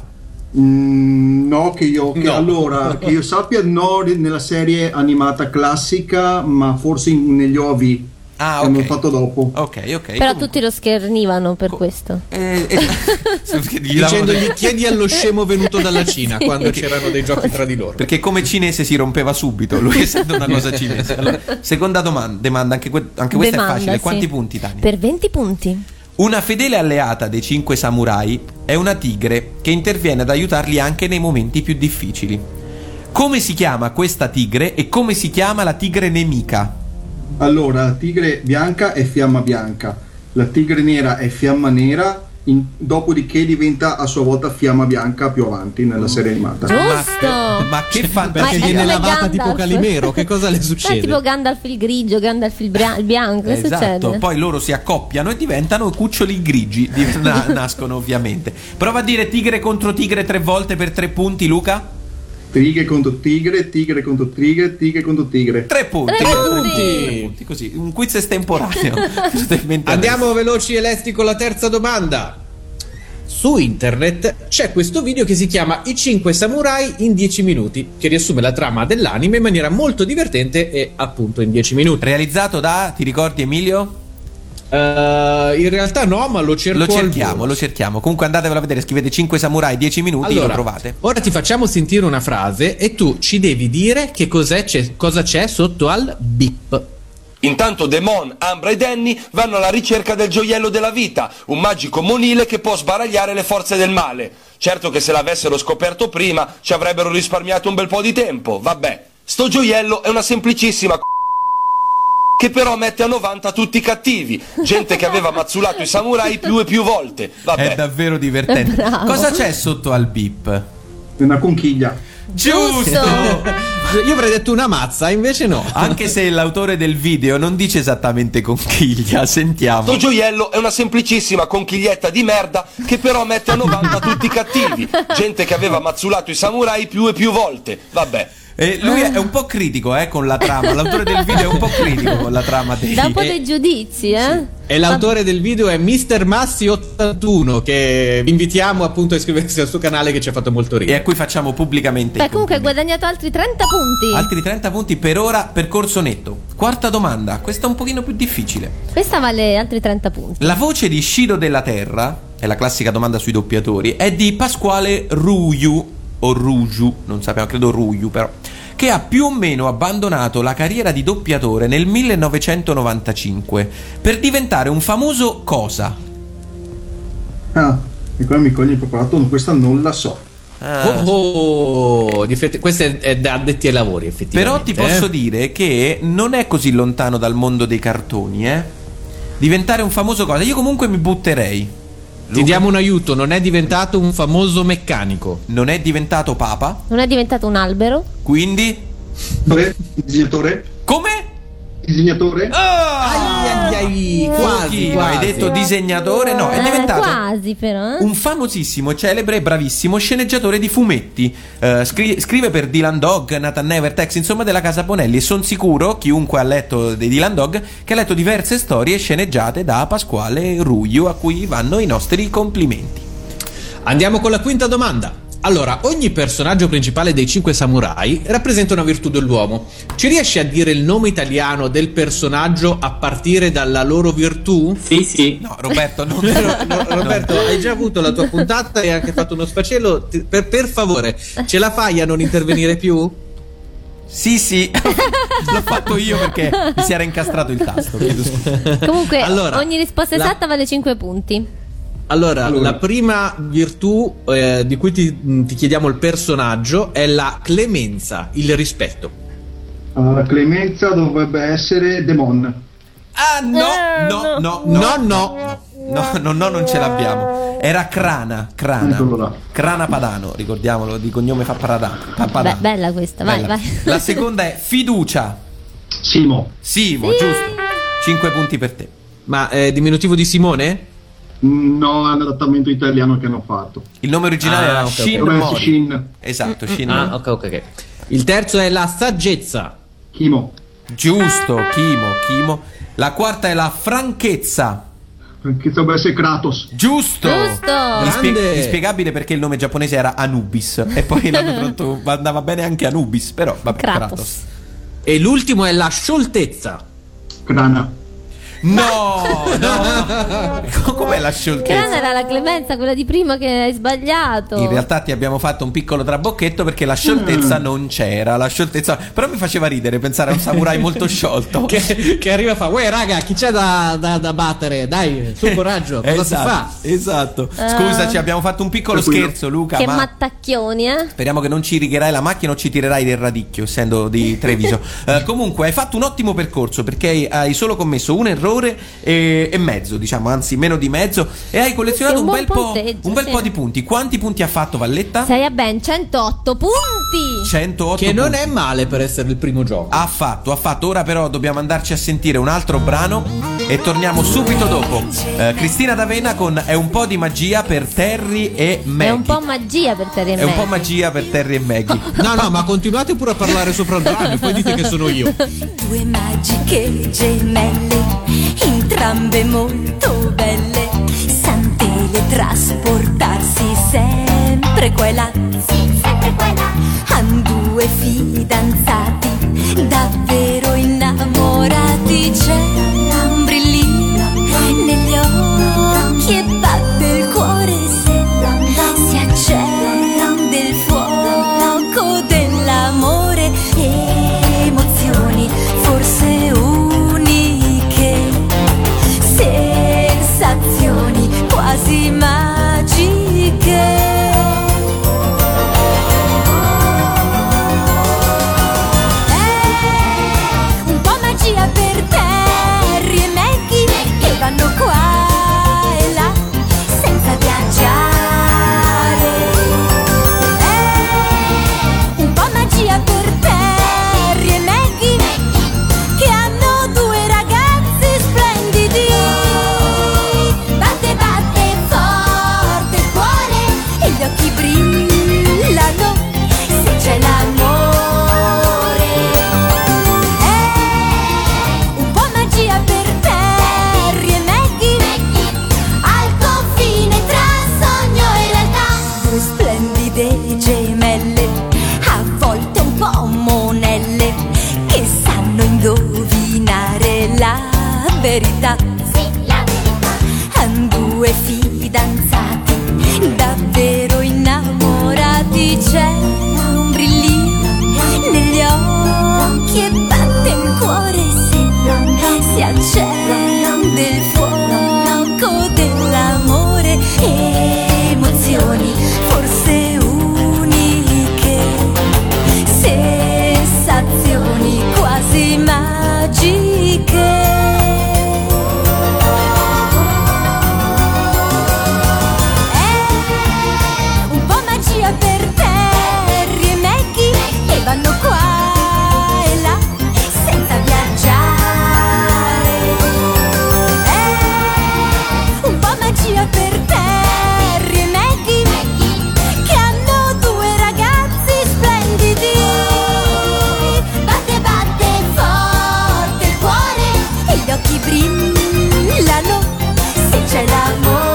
No, che io sappia, no, nella serie animata classica, ma forse negli OV. Che hanno fatto dopo. Ok. Però tutti lo schernivano per questo. Dicendogli chiedi allo scemo venuto dalla Cina, sì. Quando c'erano dei giochi tra di loro. Perché come cinese si rompeva subito, lui essendo una cosa cinese. Allora, seconda domanda, anche questa è facile. Sì. Quanti punti, Tania? Per 20 punti. Una fedele alleata dei 5 samurai è una tigre che interviene ad aiutarli anche nei momenti più difficili. Come si chiama questa tigre e come si chiama la tigre nemica? Allora, la tigre bianca è Fiamma Bianca, la tigre nera è Fiamma Nera, dopodiché diventa a sua volta Fiamma Bianca più avanti nella serie animata. Giusto! Ma che fantasia! Perché viene lavata tipo Calimero, che cosa le succede? È tipo Gandalf il grigio, Gandalf il bianco, che succede? Poi loro si accoppiano e diventano cuccioli grigi, nascono ovviamente. Prova a dire tigre contro tigre 3 volte per 3 punti, Luca. Tigre contro tigre, tigre contro tigre, tigre contro tigre. 3 punti. 3 punti. Così, un quiz estemporaneo. Andiamo veloci e lesti con la terza domanda. Su internet c'è questo video che si chiama I 5 samurai in 10 minuti, che riassume la trama dell'anime in maniera molto divertente e appunto in 10 minuti. Realizzato da, ti ricordi Emilio? In realtà no, ma lo cerco. Lo cerchiamo. Comunque andatevelo a vedere, scrivete 5 samurai 10 minuti, allora, lo trovate. Ora ti facciamo sentire una frase e tu ci devi dire che cosa c'è sotto al bip. Intanto Demon, Ambra e Danny vanno alla ricerca del gioiello della vita, un magico monile che può sbaragliare le forze del male. Certo che se l'avessero scoperto prima ci avrebbero risparmiato un bel po' di tempo. Vabbè, sto gioiello è una semplicissima che però mette a 90 tutti i cattivi, gente che aveva mazzulato i samurai più e più volte. Vabbè. È davvero divertente. Cosa c'è sotto al bip? Una conchiglia. Giusto! Io avrei detto una mazza, invece no. Anche se l'autore del video non dice esattamente conchiglia, sentiamo. Sto gioiello è una semplicissima conchiglietta di merda che però mette a 90 tutti i cattivi, gente che aveva mazzulato i samurai più e più volte. Vabbè. Lui è un po' critico con la trama. L'autore del video è un po' critico con la trama da un po' dei giudizi, Sì. E l'autore del video è Mr. Massi81, che vi invitiamo appunto a iscriversi al suo canale, che ci ha fatto molto ridere. E a cui facciamo pubblicamente. Beh, comunque hai guadagnato altri 30 punti. Altri 30 punti per ora, percorso netto. Quarta domanda, questa è un pochino più difficile. Questa vale altri 30 punti. La voce di Shido della Terra, è la classica domanda sui doppiatori, è di Pasquale Ruju o Ruju, non sappiamo, credo Ruju però, che ha più o meno abbandonato la carriera di doppiatore nel 1995 per diventare un famoso cosa? E qua mi cogli impreparato, questa non la so. Questo è da addetti ai lavori, effettivamente. Però ti posso dire che non è così lontano dal mondo dei cartoni, diventare un famoso cosa. Io comunque mi butterei. Ti diamo un aiuto, non è diventato un famoso meccanico. Non è diventato papa. Non è diventato un albero. Quindi? Disegnatore. Come? Disegnatore. Quasi. Hai detto disegnatore? No, è diventato quasi però. un famosissimo, celebre e bravissimo sceneggiatore di fumetti. Scrive per Dylan Dog, Nathan Nevertex, insomma della casa Bonelli. E sono sicuro, chiunque ha letto dei Dylan Dog, che ha letto diverse storie sceneggiate da Pasquale Ruju, a cui vanno i nostri complimenti. Andiamo con la quinta domanda. Allora, ogni personaggio principale dei 5 samurai rappresenta una virtù dell'uomo. Ci riesci a dire il nome italiano del personaggio a partire dalla loro virtù? Sì. No, Roberto, non Roberto, hai già avuto la tua puntata e hai anche fatto uno sfacelo. Per favore, ce la fai a non intervenire più? Sì, l'ho fatto io perché mi si era incastrato il tasto. Comunque, allora, ogni risposta esatta vale 5 punti. Allora, la prima virtù di cui ti chiediamo il personaggio è la clemenza, il rispetto. La clemenza dovrebbe essere Demon. No, non ce l'abbiamo. Era Crana Padano, ricordiamolo, di cognome fa Padano. Bella questa, vai. La seconda è fiducia. Simo, giusto. 5 punti per te. Ma è diminutivo di Simone? No, è un adattamento italiano che hanno fatto. Il nome originale era Shin Mori. Shin. Esatto, Shin. Ok. Il terzo è la saggezza. Kimo. Giusto, Kimo. La quarta è la franchezza. Che dovrebbe essere Kratos. Giusto. Inspiegabile perché il nome giapponese era Anubis e poi l'hanno tradotto, andava bene anche Anubis, però vabbè, Kratos. E l'ultimo è la scioltezza. Crana. No. Com'è la scioltezza? Crana era la clemenza, quella di prima che hai sbagliato. In realtà ti abbiamo fatto un piccolo trabocchetto perché la scioltezza non c'era. La scioltezza, però mi faceva ridere pensare a un samurai molto sciolto che arriva e fa: uè raga, chi c'è da battere? Dai, su coraggio, cosa si fa? Esatto. Scusaci, abbiamo fatto un piccolo scherzo, Luca. Che mattacchioni, Speriamo che non ci righerai la macchina o ci tirerai del radicchio, essendo di Treviso. Comunque hai fatto un ottimo percorso perché hai solo commesso un errore e mezzo, diciamo, anzi meno di mezzo, e hai collezionato un bel po' di punti. Quanti punti ha fatto Valletta? Sei a ben 108 punti. 108 che non punti. è male per essere il primo gioco. Ha fatto. Ora però dobbiamo andarci a sentire un altro brano e torniamo subito dopo. Cristina D'Avena con È un po' di magia per Terry e Maggie. È un po' magia per Terry e Maggie. È un po' magia per Terry e Maggie. No, ma continuate pure a parlare sopra il brano e poi dite che sono io. Due magiche gemelle, entrambe molto belle, san teletrasportarsi sempre qua e là, han due fidanzati davvero innamorati. C'è un brillino verità. Han due fidanzati davvero innamorati, c'è un brillino negli occhi e batte il cuore, si accende il fuoco dell'amore, emozioni forse uniche, sensazioni quasi magiche. Per Terry e Maggie e vanno qua e là senza viaggiare. Un po' magia per Terry e Maggie che hanno due ragazzi splendidi. Batte batte forte il cuore e gli occhi brillano se c'è l'amore.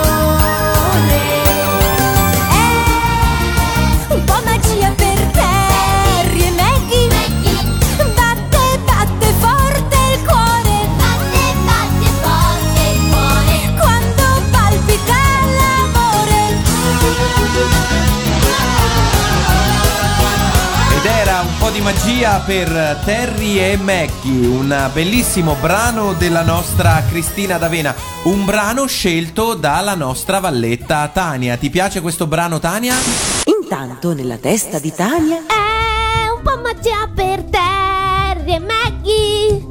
Di magia per Terry e Maggie, un bellissimo brano della nostra Cristina D'Avena, un brano scelto dalla nostra valletta Tania. Ti piace questo brano, Tania? Intanto nella testa di Tania è un po' magia per Terry e Maggie.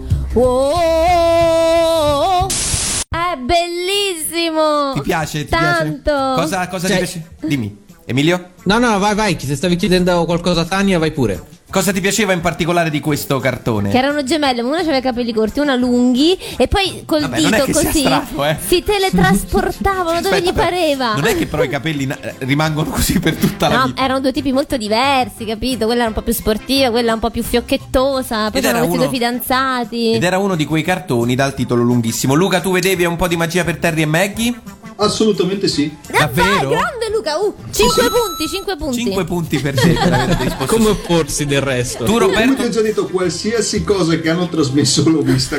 Oh, è bellissimo. Ti piace? Tanto. Cosa ti piace? Dimmi, Emilio? No, vai, se stavi chiedendo qualcosa a Tania, vai pure. Cosa ti piaceva in particolare di questo cartone? Che erano gemelle, una aveva i capelli corti, una lunghi, e poi col Vabbè, dito non è che così sia strano, si teletrasportavano dove gli pareva. Non è che però i capelli rimangono così per tutta la vita. Erano due tipi molto diversi, capito? Quella era un po' più sportiva, quella un po' più fiocchettosa. Poi erano questi due fidanzati. Ed era uno di quei cartoni dal titolo lunghissimo. Luca, tu vedevi un po' di magia per Terry e Maggie? Assolutamente sì. Davvero? Vai, grande Luca, 5 punti. 5 punti per te per aver risposto. Come opporsi del resto? Tu, Roberto? Io ho già detto qualsiasi cosa che hanno trasmesso l'ho vista.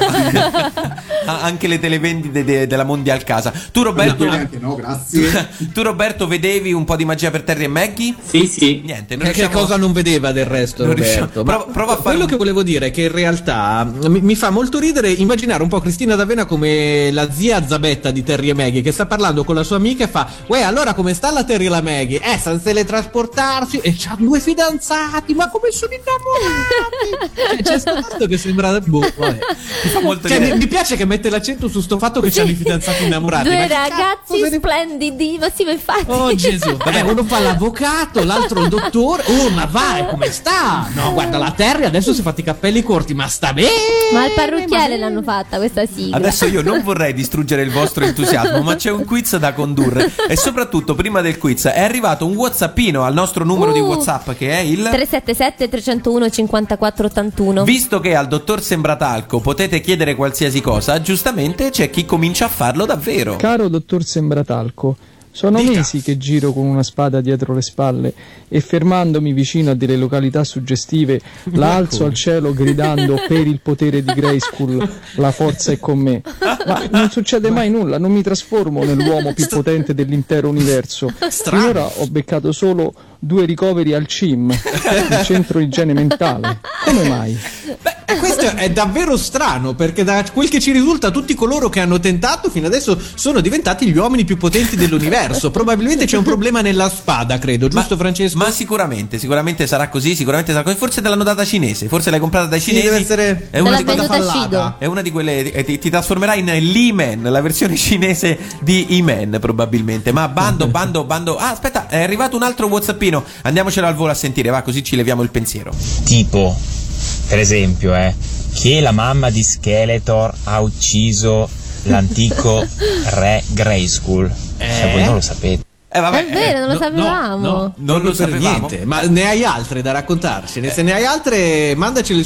Anche le televendite della Mondial Casa. Tu, Roberto? No, grazie. Tu, Roberto, vedevi un po' di magia per Terry e Maggie? Sì. Niente, che cosa non vedeva del resto, Roberto? Prova a fare quello che volevo dire è che in realtà mi fa molto ridere immaginare un po' Cristina D'Avena come la zia Zabetta di Terry e Maggie, che sta parlando con la sua amica e fa: uè, allora come sta la Terry e la Maggie? Sanno teletrasportarsi e c'ha due fidanzati, ma come sono innamorati? C'è sto fatto che sembra vabbè. Mi fa molto ridere. Mi piace che mette l'accento su sto fatto che c'hanno i fidanzati innamorati. Due ragazzi splendidi, ma sì, ma infatti. Oh Gesù, uno fa l'avvocato, l'altro il dottore. Oh, ma vai, come sta? No, guarda, la Terry adesso si è fatti i capelli corti, ma sta bene. Ma al parrucchiere l'hanno fatta questa sigla. Adesso io non vorrei distruggere il vostro entusiasmo, ma c'è un quiz da condurre. E soprattutto, prima del quiz, è arrivato un WhatsAppino al nostro numero di WhatsApp, che è il 377 301 54 81. Visto che al dottor Sembratalco potete chiedere qualsiasi cosa, giustamente c'è chi comincia a farlo davvero. Caro dottor Sembratalco, sono mesi che giro con una spada dietro le spalle e fermandomi vicino a delle località suggestive la alzo al cielo gridando: per il potere di Grayskull la forza è con me. Ma non succede mai nulla, non mi trasformo nell'uomo più potente dell'intero universo. Finora ho beccato solo 2 ricoveri al CIM, il centro igiene mentale. Come mai? Beh, questo è davvero strano, perché da quel che ci risulta tutti coloro che hanno tentato fino adesso sono diventati gli uomini più potenti dell'universo. Probabilmente c'è un problema nella spada, credo, giusto Francesco? Ma sicuramente sarà così, forse te l'hanno data cinese, forse l'hai comprata dai cinesi. Deve essere è una di quelle fallata. È una di quelle ti trasformerai in He-Man, la versione cinese di He-Man probabilmente. Ma bando. Ah, aspetta, è arrivato un altro WhatsAppino. Andiamocelo al volo a sentire, va, così ci leviamo il pensiero. Tipo, per esempio, che la mamma di Skeletor ha ucciso l'antico re Grayskull. Cioè, voi non lo sapete. Vabbè, è vero, non lo sapevamo. Non lo sapevamo. Niente. Ma ne hai altre da raccontarci? Se ne hai altre, mandacele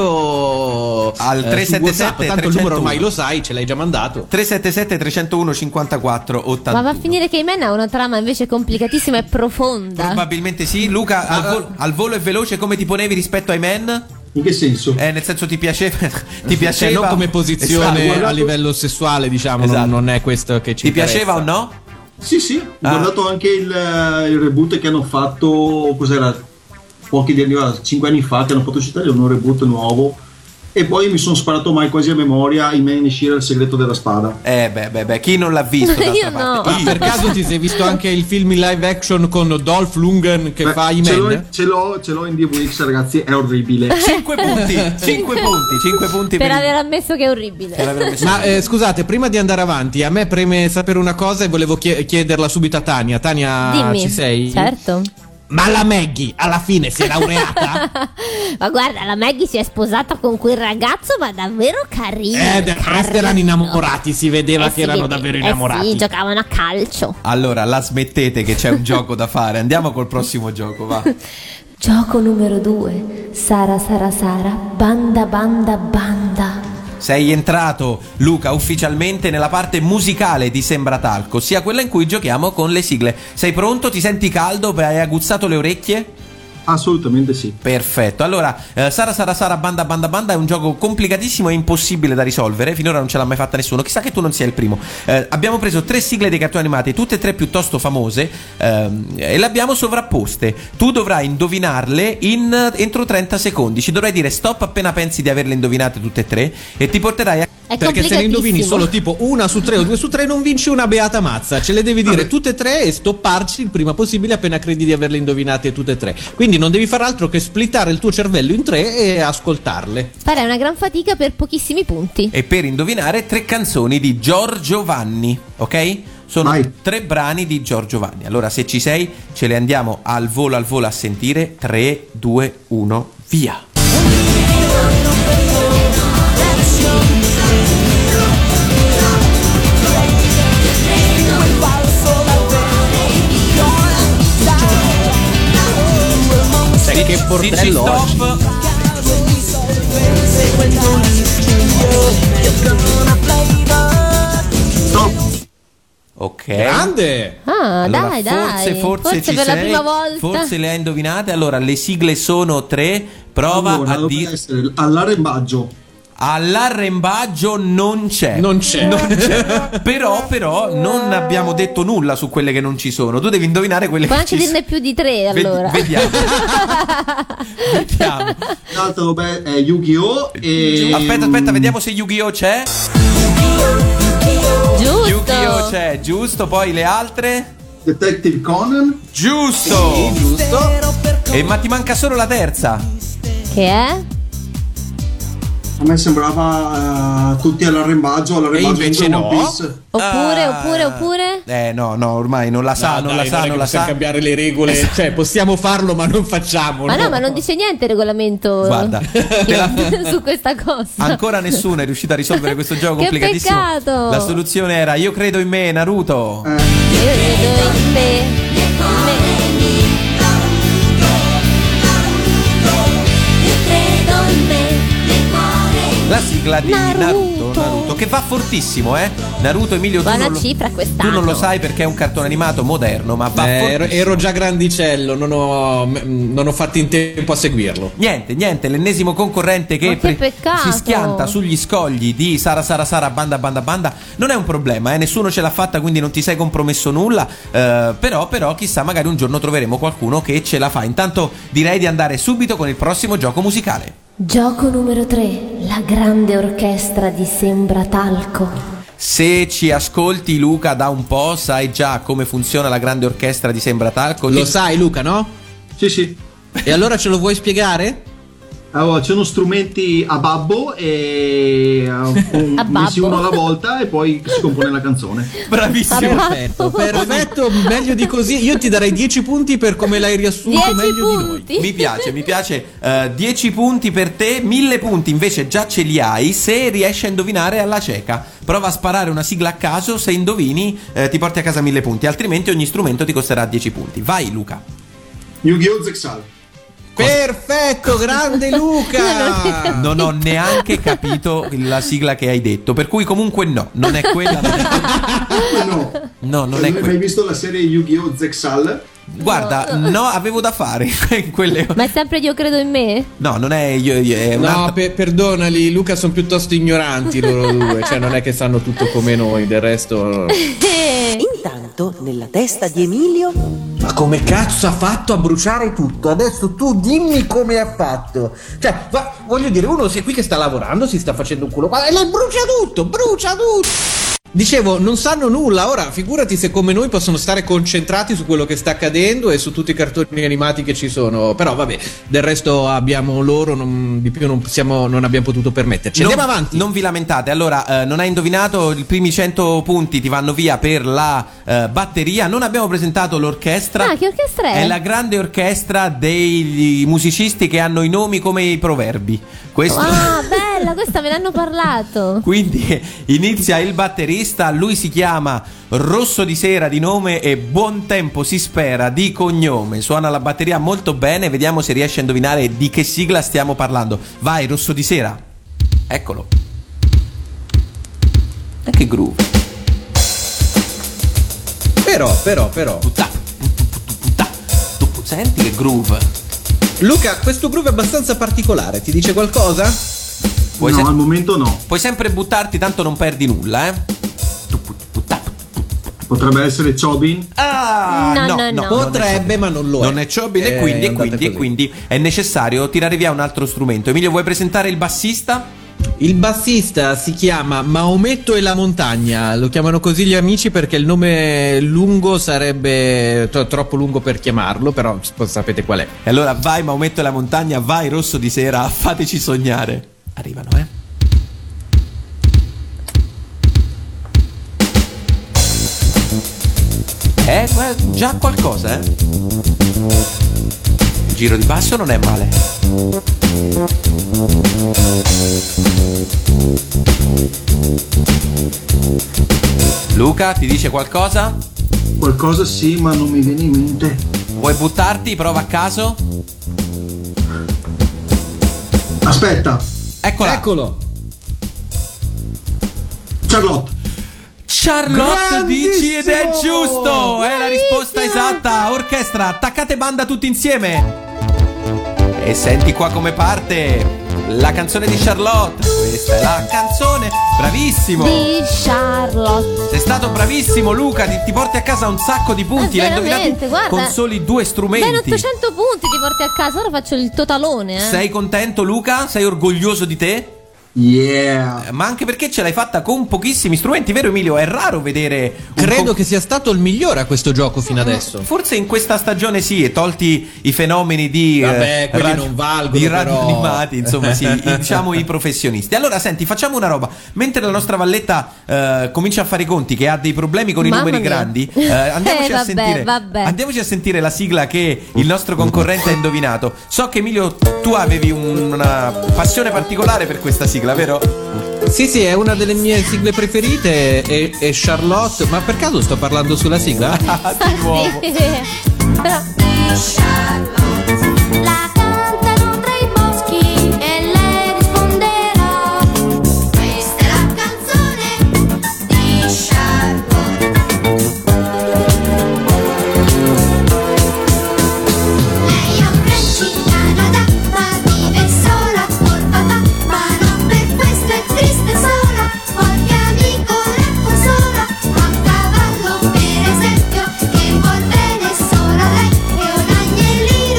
subito al 377 tanto il numero ormai lo sai, ce l'hai già mandato. 377 301 54 81. Ma va a finire che Imen ha una trama invece complicatissima e profonda. Probabilmente sì. Luca, al volo e veloce, come ti ponevi rispetto a Imen? In che senso? Nel senso ti piaceva Cioè, non come posizione Esatto, a livello sessuale, diciamo, Esatto. non è questo che ci Ti interessa. piaceva o no? Sì, ho guardato anche il reboot che hanno fatto, cos'era, pochi anni fa, 5 anni fa, che hanno fatto uscire un reboot nuovo. E poi mi sono sparato mai quasi a memoria in Man Shearer, il segreto della spada. Beh, chi non l'ha visto? Io no. Ma per caso ti sei visto anche il film in live action con Dolph Lundgren che fa i men? Ce l'ho in DVX, ragazzi, è orribile. 5 punti Per aver ammesso che è orribile. Ma scusate, prima di andare avanti, a me preme sapere una cosa e volevo chiederla subito a Tania. Tania, Dimmi. ci sei? Certo. Ma la Maggie alla fine si è laureata? Ma guarda, la Maggie si è sposata con quel ragazzo, ma davvero carino. Del resto erano innamorati, si vedeva che si erano vede- davvero innamorati. Sì, giocavano a calcio. Allora, la smettete che c'è un gioco da fare. Andiamo col prossimo gioco, va. Gioco numero 2. Sara, banda, banda, banda. Sei entrato, Luca, ufficialmente nella parte musicale di Sembratalco, sia quella in cui giochiamo con le sigle. Sei pronto? Ti senti caldo? Hai aguzzato le orecchie? Assolutamente sì. Perfetto. Allora, Sara, banda, banda, banda è un gioco complicatissimo e impossibile da risolvere. Finora non ce l'ha mai fatta nessuno. Chissà che tu non sia il primo. Abbiamo preso 3 sigle dei cartoni animati, tutte e 3 piuttosto famose, e le abbiamo sovrapposte. Tu dovrai indovinarle entro 30 secondi. Ci dovrai dire stop appena pensi di averle indovinate tutte e 3 e ti porterai a... Perché se ne indovini solo tipo 1 su 3 o 2 su 3 non vinci una beata mazza. Ce le devi dire tutte e 3 e stopparci il prima possibile appena credi di averle indovinate tutte e 3. Quindi non devi fare altro che splittare il tuo cervello in 3 e ascoltarle. Farei una gran fatica per pochissimi punti. E per indovinare 3 canzoni di Giorgio Vanni, ok? Sono 3 brani di Giorgio Vanni. Allora, se ci sei, ce le andiamo al volo a sentire. 3, 2, 1, via. Che bordello stop. Ok. Grande. Allora, dai. Forse ci per la sei, prima volta. forse le hai indovinate. Allora, le sigle sono 3. Prova Allora, a dire. essere all'arrembaggio. All'arrembaggio non c'è. Però non abbiamo detto nulla su quelle che non ci sono. Tu devi indovinare quelle Puoi che anche ci sono. dirne più di 3 allora. Vediamo. L'altro è Yu-Gi-Oh! E... Aspetta, vediamo se Yu-Gi-Oh! c'è. Giusto. Yu-Gi-Oh! c'è, giusto. Poi le altre. Detective Conan. Giusto. Sì, giusto. Ma ti manca solo la terza. Che è? A me sembrava tutti all'arrembaggio E invece di no. One Piece. Oppure? No, ormai non la sa, non la sa. Possiamo cambiare le regole, cioè possiamo farlo ma non facciamo. Ma no, ma non dice niente il regolamento. Guarda, su questa cosa. ancora nessuno è riuscito a risolvere questo gioco Che complicatissimo. peccato. La soluzione era io credo in me, Naruto. Io credo in me. La sigla di Naruto, che va fortissimo, Naruto, Emilio, Buona cifra quest'anno. tu non lo sai perché è un cartone animato moderno, ma va fortissimo. Ero già grandicello, non ho fatto in tempo a seguirlo. Niente, l'ennesimo concorrente che peccato. si schianta sugli scogli di Sara, banda. Non è un problema, nessuno ce l'ha fatta, quindi non ti sei compromesso nulla. Però, chissà, magari un giorno troveremo qualcuno che ce la fa. Intanto direi di andare subito con il prossimo gioco musicale. Gioco numero 3. La grande orchestra di Sembratalco. Se ci ascolti, Luca, da un po', sai già come funziona la grande orchestra di Sembratalco. Lo sai, Luca, no? Sì. E allora ce lo vuoi spiegare? Allora, c'erano strumenti a babbo e messi uno alla volta e poi si compone la canzone. Bravissimo. Perfetto, meglio di così. Io ti darei 10 punti per come l'hai riassunto 10 meglio punti. di noi. Mi piace. 10 punti per te, 1000 punti invece già ce li hai se riesci a indovinare alla cieca. Prova a sparare una sigla a caso, se indovini ti porti a casa 1000 punti, altrimenti ogni strumento ti costerà 10 punti. Vai, Luca. Yu-Gi-Oh! Zexal. Perfetto, grande Luca! Non ho neanche capito la sigla che hai detto, per cui comunque no, non è quella. No, non è quella. Hai visto la serie Yu-Gi-Oh! Zexal? Guarda, no, avevo da fare in quelle. Ma è sempre Io credo in me? No, non è io. È no, perdonali, Luca, sono piuttosto ignoranti loro due. Cioè, non è che sanno tutto come noi, del resto. Intanto, nella testa di Emilio. Ma come cazzo ha fatto a bruciare tutto? Adesso tu dimmi come ha fatto. Cioè, voglio dire, uno si è qui che sta lavorando, si sta facendo un culo. E lei brucia tutto! Dicevo, non sanno nulla, ora figurati se come noi possono stare concentrati su quello che sta accadendo e su tutti i cartoni animati che ci sono. Però vabbè, del resto abbiamo loro, di più non abbiamo potuto permetterci. Andiamo avanti. Non vi lamentate, allora non hai indovinato, i primi 100 punti ti vanno via per la batteria. Non abbiamo presentato l'orchestra. Ah, che orchestra è? È la grande orchestra dei musicisti che hanno i nomi come i proverbi. Questo... Ah, bella, questa me ne hanno parlato. Quindi inizia il batterista, lui si chiama Rosso di Sera di nome e Buon Tempo si spera di cognome. Suona la batteria molto bene, vediamo se riesce a indovinare di che sigla stiamo parlando. Vai, Rosso di Sera. Eccolo. E che groove. Però. Senti che groove. Luca, questo groove è abbastanza particolare, ti dice qualcosa? Al momento no. Puoi sempre buttarti, tanto non perdi nulla, Potrebbe essere Chobin? No. Potrebbe, ma non lo è. Non è Chobin e quindi è necessario tirare via un altro strumento. Emilio, vuoi presentare il bassista? Il bassista si chiama Maometto e la montagna, lo chiamano così gli amici perché il nome lungo sarebbe troppo lungo per chiamarlo, però sapete qual è. E allora vai Maometto e la montagna, vai Rosso di Sera, fateci sognare. Arrivano, già qualcosa, Il giro di basso non è male. Luca, ti dice qualcosa? Qualcosa sì, ma non mi viene in mente. Vuoi buttarti? Prova a caso. Aspetta. Eccolo. Charlotte dici ed è giusto. È la risposta esatta. Orchestra, attaccate banda tutti insieme. E senti qua come parte la canzone di Charlotte. Questa è la canzone. Bravissimo. Di Charlotte. Sei stato bravissimo, Luca. Ti porti a casa un sacco di punti. L'hai indovinato con soli 2 strumenti. Ben 800 punti ti porti a casa. Ora faccio il totalone. Sei contento, Luca? Sei orgoglioso di te? Yeah. Ma anche perché ce l'hai fatta con pochissimi strumenti, vero Emilio? È raro vedere Credo che sia stato il migliore a questo gioco fino adesso. Forse in questa stagione sì, e tolti i fenomeni di quelli non valgono, di radio però animati, insomma sì, diciamo i professionisti. Allora senti, facciamo una roba. Mentre la nostra Valletta comincia a fare i conti, che ha dei problemi con i numeri grandi, andiamoci a sentire la sigla che il nostro concorrente ha indovinato. So che Emilio, tu avevi una passione particolare per questa sigla, vero? Sì, è una delle mie sigle preferite. È Charlotte. Ma per caso sto parlando sulla sigla? Di nuovo. Charlotte, la cantano tra i boschi e lei risponderà. Questa è la canzone di Charlotte. Lei ha un ranch in Canada, ma vive sola col papà. Ma non per questo è triste sola, qualche amico la consola. Ha un cavallo per esempio che vuol bene solo a lei, e un agnellino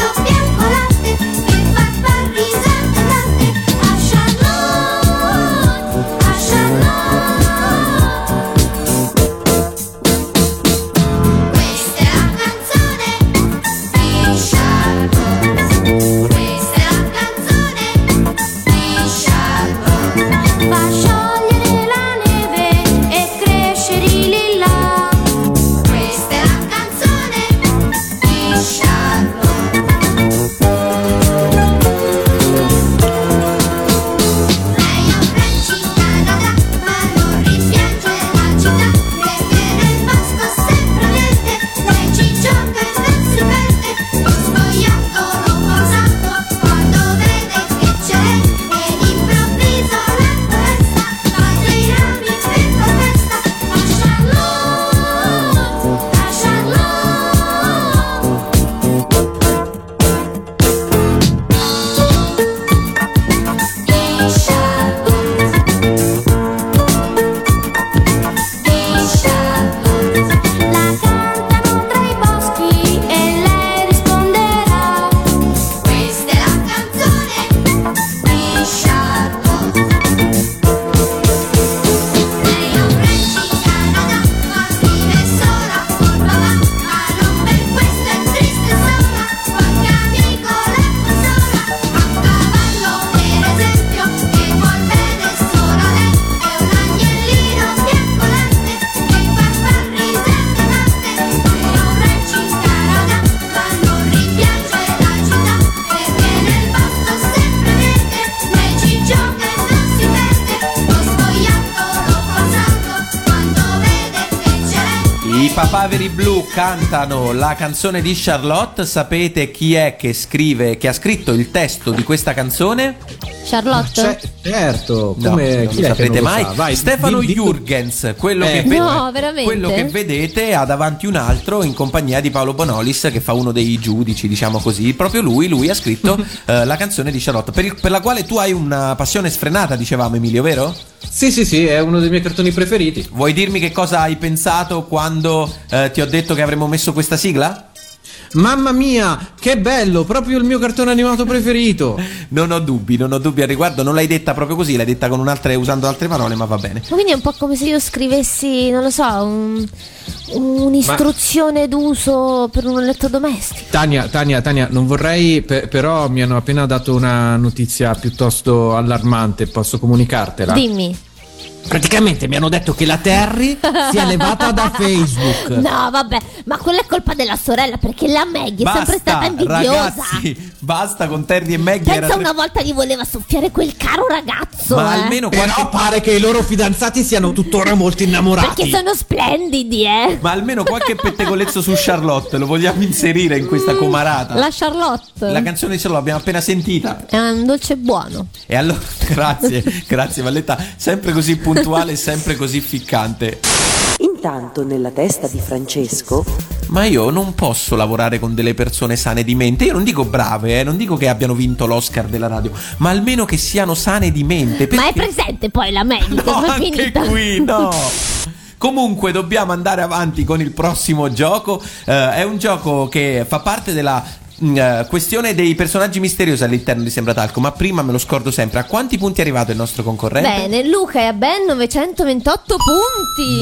Papaveri Blu cantano la canzone di Charlotte. Sapete chi è che ha scritto il testo di questa canzone? Charlotte? Certo, No, come non chi lo è che sapete non lo mai. sa? Vai, Stefano di- Jurgens, quello No, veramente? quello che vedete ha davanti un altro in compagnia di Paolo Bonolis, che fa uno dei giudici, diciamo così. Proprio lui ha scritto la canzone di Charlotte, per la quale tu hai una passione sfrenata, dicevamo, Emilio, vero? Sì, è uno dei miei cartoni preferiti. Vuoi dirmi che cosa hai pensato quando ti ho detto che avremmo messo questa sigla? Mamma mia, che bello, proprio il mio cartone animato preferito. Non ho dubbi al riguardo. Non l'hai detta proprio così, l'hai detta con usando altre parole, ma va bene. Quindi è un po' come se io scrivessi, non lo so, un'istruzione d'uso per un elettrodomestico. Tania, non vorrei, però mi hanno appena dato una notizia piuttosto allarmante, posso comunicartela? Dimmi. Praticamente mi hanno detto che la Terry si è levata da Facebook. No, vabbè, ma quella è colpa della sorella, perché la Maggie è sempre stata invidiosa. Ragazzi, basta con Terry e Maggie. Pensa una volta gli voleva soffiare quel caro ragazzo. Ma almeno Però pare che i loro fidanzati siano tuttora molto innamorati. Perché sono splendidi, Ma almeno qualche pettegolezzo su Charlotte lo vogliamo inserire in questa comarata. La Charlotte. La canzone di Charlotte l'abbiamo appena sentita. È un dolce buono. E allora, grazie Valletta, sempre così puntuale e sempre così ficcante. Intanto nella testa di Francesco. Ma io non posso lavorare con delle persone sane di mente. Io non dico brave, non dico che abbiano vinto l'Oscar della radio, ma almeno che siano sane di mente. Ma è presente poi la Maggie? No, Come è anche finita? qui no. Comunque dobbiamo andare avanti con il prossimo gioco. È un gioco che fa parte della questione dei personaggi misteriosi all'interno di Sembratalco. Ma prima me lo scordo sempre. A quanti punti è arrivato il nostro concorrente? Bene, Luca è a ben 928 punti.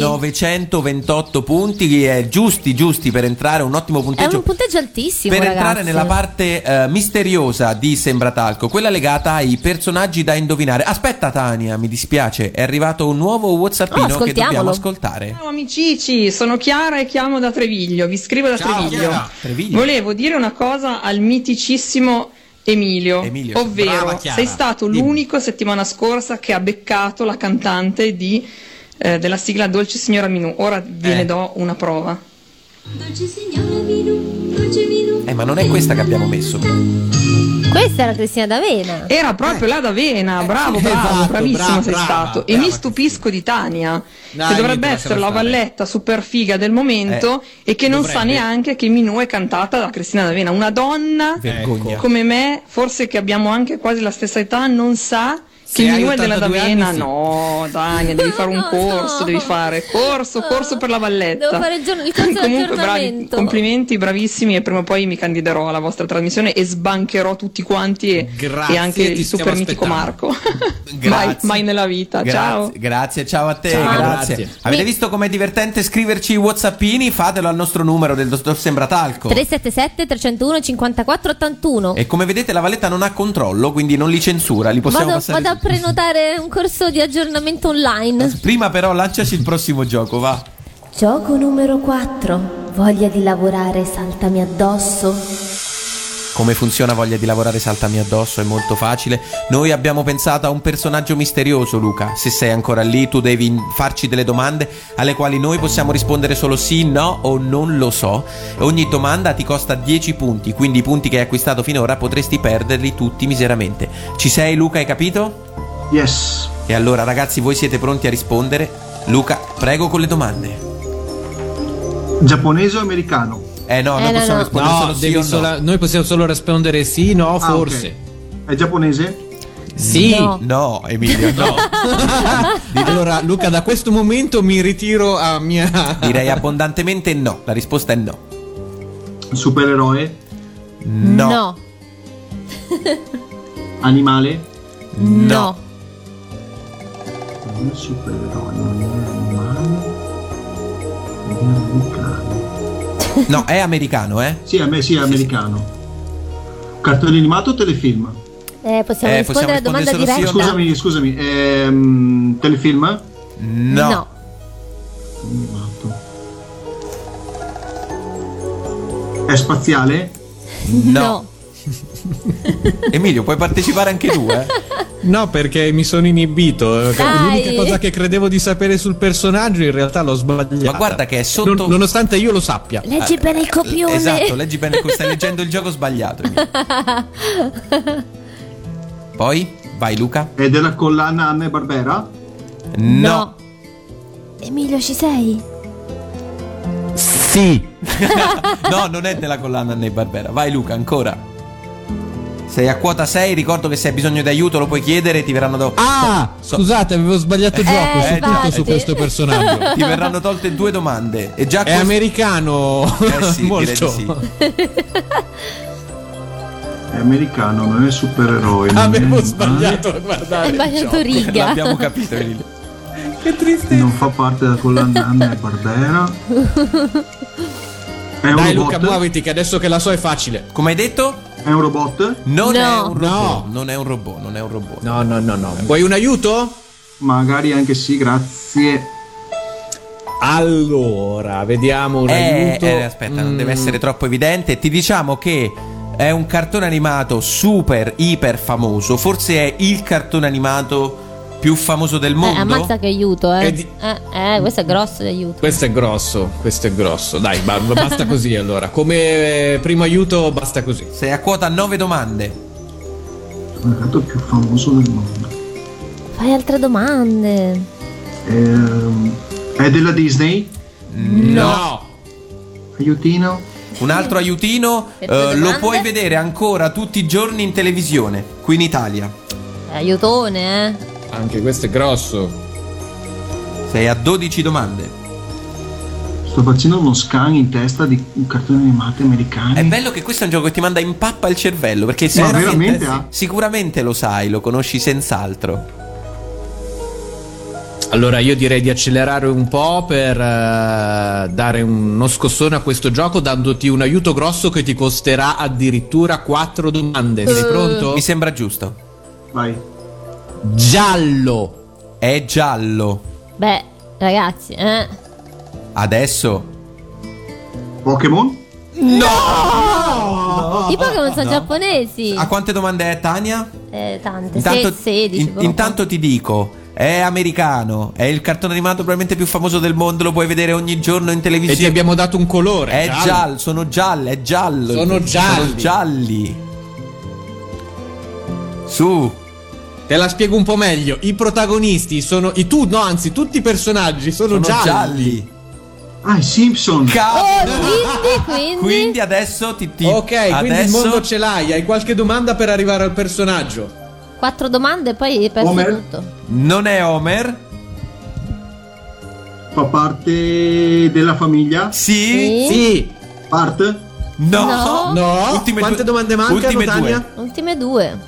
928 punti, giusti per entrare, un ottimo È punteggio un punteggio altissimo, per ragazzi. entrare nella parte misteriosa di Sembratalco, quella legata ai personaggi da indovinare. Aspetta Tania, mi dispiace, è arrivato un nuovo WhatsAppino che dobbiamo ascoltare. Ciao amici, sono Chiara e chiamo da Treviglio, vi scrivo da Treviglio. Treviglio. Volevo dire una cosa al miticissimo Emilio, ovvero brava, Chiara. sei stato l'unico settimana scorsa che ha beccato la cantante della sigla Dolce Signora Minù. Ora ve ne do una prova. Dolce signora Minù, dolce Minù. Ma non è questa che abbiamo messo. Questa era Cristina D'Avena. Era proprio la D'Avena, bravo, esatto, bravissimo sei brava, stato. E mi stupisco di Tania, Dai, che dovrebbe niente, essere la lasciala stare. valletta super figa del momento e che non sa dovrebbe. neanche che Minù è cantata da Cristina D'Avena. Una donna Vergogna. come me, forse che abbiamo anche quasi la stessa età, non sa che Se hai Minù è della 82 D'Avena. anni, sì. No, Tania, devi fare un corso, devi fare corso per la valletta. Devo fare il corso di Comunque bravi, aggiornamento. complimenti, bravissimi, e prima o poi mi candiderò alla vostra trasmissione e sbancherò tutti quanti Grazie, e anche ti il super stiamo mitico aspettando. Marco. mai nella vita. Ciao. Grazie, ciao a te, Ciao, grazie. grazie. Avete visto com'è divertente scriverci i WhatsAppini? Fatelo al nostro numero del dottor Sembratalco. 377 301 54 81. E come vedete la Valletta non ha controllo, quindi non li censura, li possiamo passare. Vado a prenotare un corso di aggiornamento online. Prima però lanciaci il prossimo gioco, va. Gioco numero 4. Voglia di lavorare, saltami addosso. Come funziona voglia di lavorare saltami addosso? È molto facile. Noi abbiamo pensato a un personaggio misterioso, Luca. Se sei ancora lì tu devi farci delle domande alle quali noi possiamo rispondere solo sì, no o non lo so. Ogni domanda ti costa 10 punti, quindi i punti che hai acquistato finora potresti perderli tutti miseramente. Ci sei, Luca, hai capito? Yes. E allora ragazzi, voi siete pronti a rispondere? Luca, prego con le domande. Giapponese o americano? No, noi no, possiamo no. rispondere No, solo sì o no. noi possiamo solo rispondere sì, no, Ah, forse. ok. È giapponese? Sì. No. Emilio, no. Allora, Luca, da questo momento mi ritiro a mia. Direi abbondantemente no. La risposta è no. Supereroe? No. Animale? No. Non è supereroe, non è animale. Non è americano. No, è americano, eh? Sì, a me sì, è americano. Cartone animato o telefilm? Possiamo rispondere alla domanda solo sì o diretta? no. Scusami, telefilm? No. È spaziale? No. Emilio, puoi partecipare anche tu, eh? No, perché mi sono inibito. Dai. L'unica cosa che credevo di sapere sul personaggio in realtà l'ho sbagliata. Ma guarda che è sotto. Nonostante io lo sappia. Leggi bene il copione. Esatto, leggi bene, stai leggendo il gioco sbagliato. Poi, vai Luca. È della collana Hanna e Barbera? No. Emilio, ci sei? Sì. No, non è della collana Hanna e Barbera. Vai Luca, ancora. Sei a quota 6, ricordo che se hai bisogno di aiuto lo puoi chiedere, ti verranno scusate, avevo sbagliato gioco su tutto su questo personaggio. Ti verranno tolte 2 domande. E già è americano. Sì, molto. sì. È americano, non è supereroe. Avevo sbagliato a guardare. Hai sbagliato riga. L'abbiamo capito, Emilio. Che tristezza. Non fa parte della collana Hanna e Barbera. È un Dai robot? Luca, muoviti che adesso che la so è facile. Come hai detto? È un robot? Non No. è un robot. No. Non è un robot, non è un robot. No. Vuoi un aiuto? Magari anche sì, grazie. Allora, vediamo un aiuto. Aspetta, non deve essere troppo evidente. Ti diciamo che è un cartone animato super iper famoso. Forse è il cartone animato più famoso del mondo. Ammazza che aiuto, questo è grosso di aiuto. Questo è grosso. Dai, basta così allora. Come primo aiuto basta così. Sei a quota 9 domande. Il gatto più famoso del mondo. Fai altre domande. È della Disney? No. Aiutino? Un altro aiutino, lo puoi vedere ancora tutti i giorni in televisione, qui in Italia. Aiutone, Anche questo è grosso. Sei a 12 domande. Sto facendo uno scan in testa di cartoni animati americani. È bello che questo è un gioco che ti manda in pappa il cervello, perché Ma veramente, sicuramente lo sai, lo conosci senz'altro. Allora io direi di accelerare un po' per dare uno scossone a questo gioco, dandoti un aiuto grosso che ti costerà addirittura 4 domande. Sei pronto? Mi sembra giusto. Vai. Giallo. È giallo. Beh, ragazzi, Adesso. Pokémon? No! I Pokémon sono giapponesi. A quante domande è Tania? Tante. Intanto, 16. intanto ti dico. È americano, è il cartone animato probabilmente più famoso del mondo, lo puoi vedere ogni giorno in televisione. E ti abbiamo dato un colore. È giallo, sono gialli, è giallo. Sono gialli. Su. Te la spiego un po' meglio. I protagonisti sono tutti i personaggi sono gialli. Ah, i Simpson. Quindi Ok, adesso quindi adesso... il mondo ce l'hai. Hai qualche domanda per arrivare al personaggio? 4 domande e poi hai perso Homer? tutto. Non è Homer? Fa parte della famiglia? Sì. Bart? No. Ultime Quante domande mancano, ultime Tania? Ultime 2.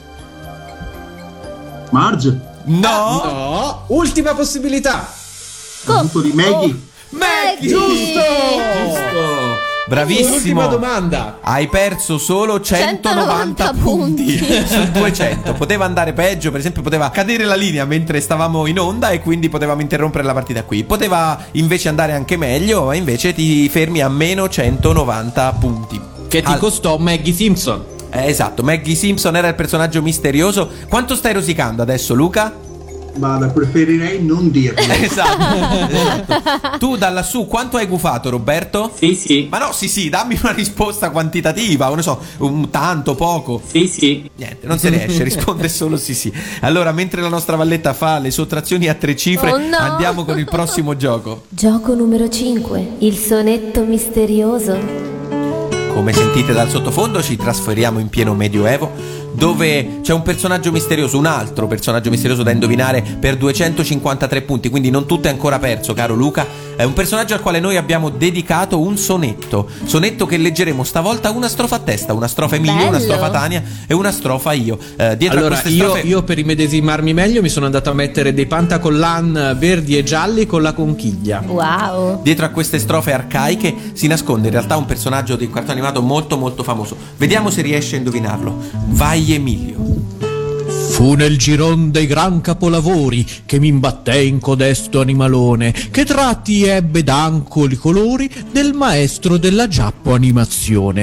Marge? No. Ultima possibilità. Punto di Maggie? Maggie! Giusto. Bravissimo. Ultima domanda. Hai perso solo 190 punti su 200. Poteva andare peggio, per esempio poteva cadere la linea mentre stavamo in onda e quindi potevamo interrompere la partita qui. Poteva invece andare anche meglio, ma invece ti fermi a meno 190 punti. Che ti costò Maggie Simpson. Esatto, Maggie Simpson era il personaggio misterioso. Quanto stai rosicando adesso, Luca? Guarda, preferirei non dirlo. Esatto. Tu da lassù quanto hai gufato, Roberto? Sì. Ma no, sì, dammi una risposta quantitativa, non so, un tanto, poco. Sì. Niente, non si riesce, risponde solo sì. Allora, mentre la nostra Valletta fa le sottrazioni a 3 cifre, andiamo con il prossimo gioco. Gioco numero 5, il sonetto misterioso. Come sentite dal sottofondo ci trasferiamo in pieno medioevo, dove c'è un personaggio misterioso, un altro personaggio misterioso da indovinare per 253 punti, quindi non tutto è ancora perso, caro Luca. È un personaggio al quale noi abbiamo dedicato un sonetto che leggeremo stavolta una strofa a testa, una strofa Emilio, Bello. una strofa Tania e una strofa io. Dietro Allora, a queste strofe io per immedesimarmi meglio mi sono andato a mettere dei pantacollan verdi e gialli con la conchiglia. Wow. Dietro a queste strofe arcaiche si nasconde in realtà un personaggio di un cartone animato molto molto famoso. Vediamo se riesce a indovinarlo. Vai Emilio. Fu nel giron dei gran capolavori che mi imbatté in codesto animalone, che tratti ebbe d'ancoli colori del maestro della giappo animazione.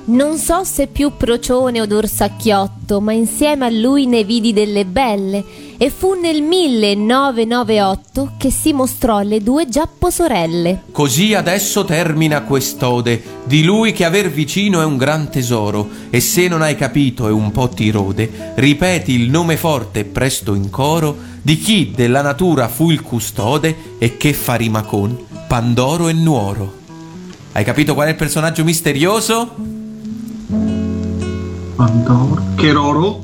Non so se più procione o dorsacchiotto, ma insieme a lui ne vidi delle belle. E fu nel 1998 che si mostrò le due giapposorelle. Così adesso termina quest'ode di lui che aver vicino è un gran tesoro, e se non hai capito e un po' ti rode, ripeti il nome forte presto in coro di chi della natura fu il custode e che fa rima con Pandoro e Nuoro. Hai capito qual è il personaggio misterioso? Pandoro. Keroro.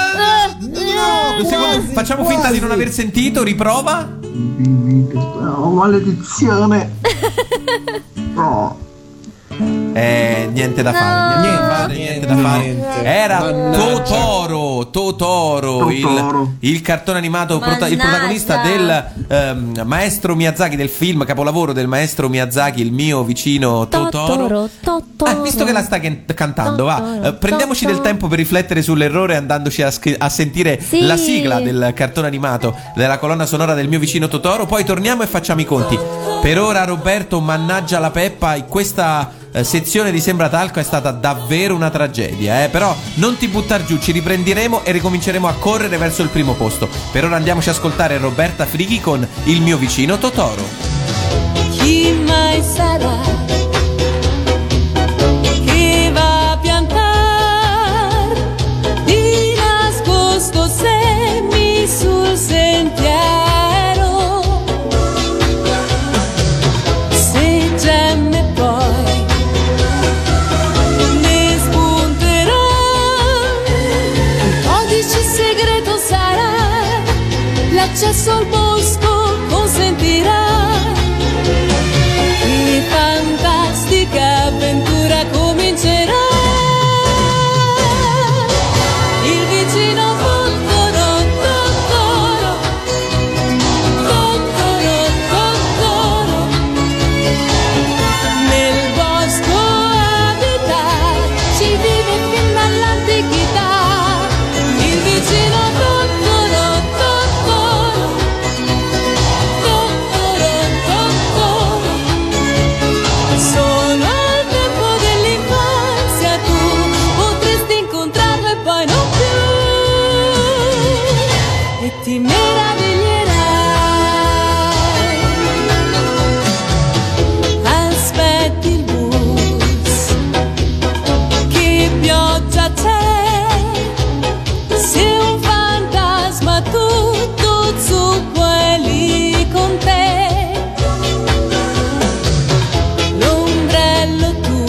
Facciamo finta di non aver sentito, riprova. Oh, maledizione. No. Niente da fare, niente da fare. Era Totoro, il cartone animato, il protagonista del maestro Miyazaki, del film capolavoro del maestro Miyazaki, Il mio vicino Totoro. Visto che la sta cantando, prendiamoci del tempo per riflettere sull'errore andandoci a sentire la sigla del cartone animato, della colonna sonora del mio vicino Totoro, poi torniamo e facciamo i conti. Per ora, Roberto, mannaggia la Peppa, questa sezione di Sembratalco è stata davvero una tragedia, però non ti buttar giù, ci riprenderemo e ricominceremo a correre verso il primo posto. Per ora andiamoci a ascoltare Roberta Frighi con Il mio vicino Totoro. Chi mai sarà che va a piantar di nascosto semi sul sentiero? Se gemme poi ne spunterà, un codice segreto sarà, l'accesso al bosco consentirà. Che fantastica avventura comincerà. Il vicino Totoro, Totoro, Totoro, Totoro, nel bosco abita, ci vive fin dall'antichità. Il vicino Totoro, Totoro, Totoro, Totoro. Sono al tempo dell'infanzia, tu potresti incontrarlo e poi non più, e ti meraviglierai. Aspetti il bus, che pioggia c'è, sei un fantasma tutto zuppo è lì con te. L'ombrello tu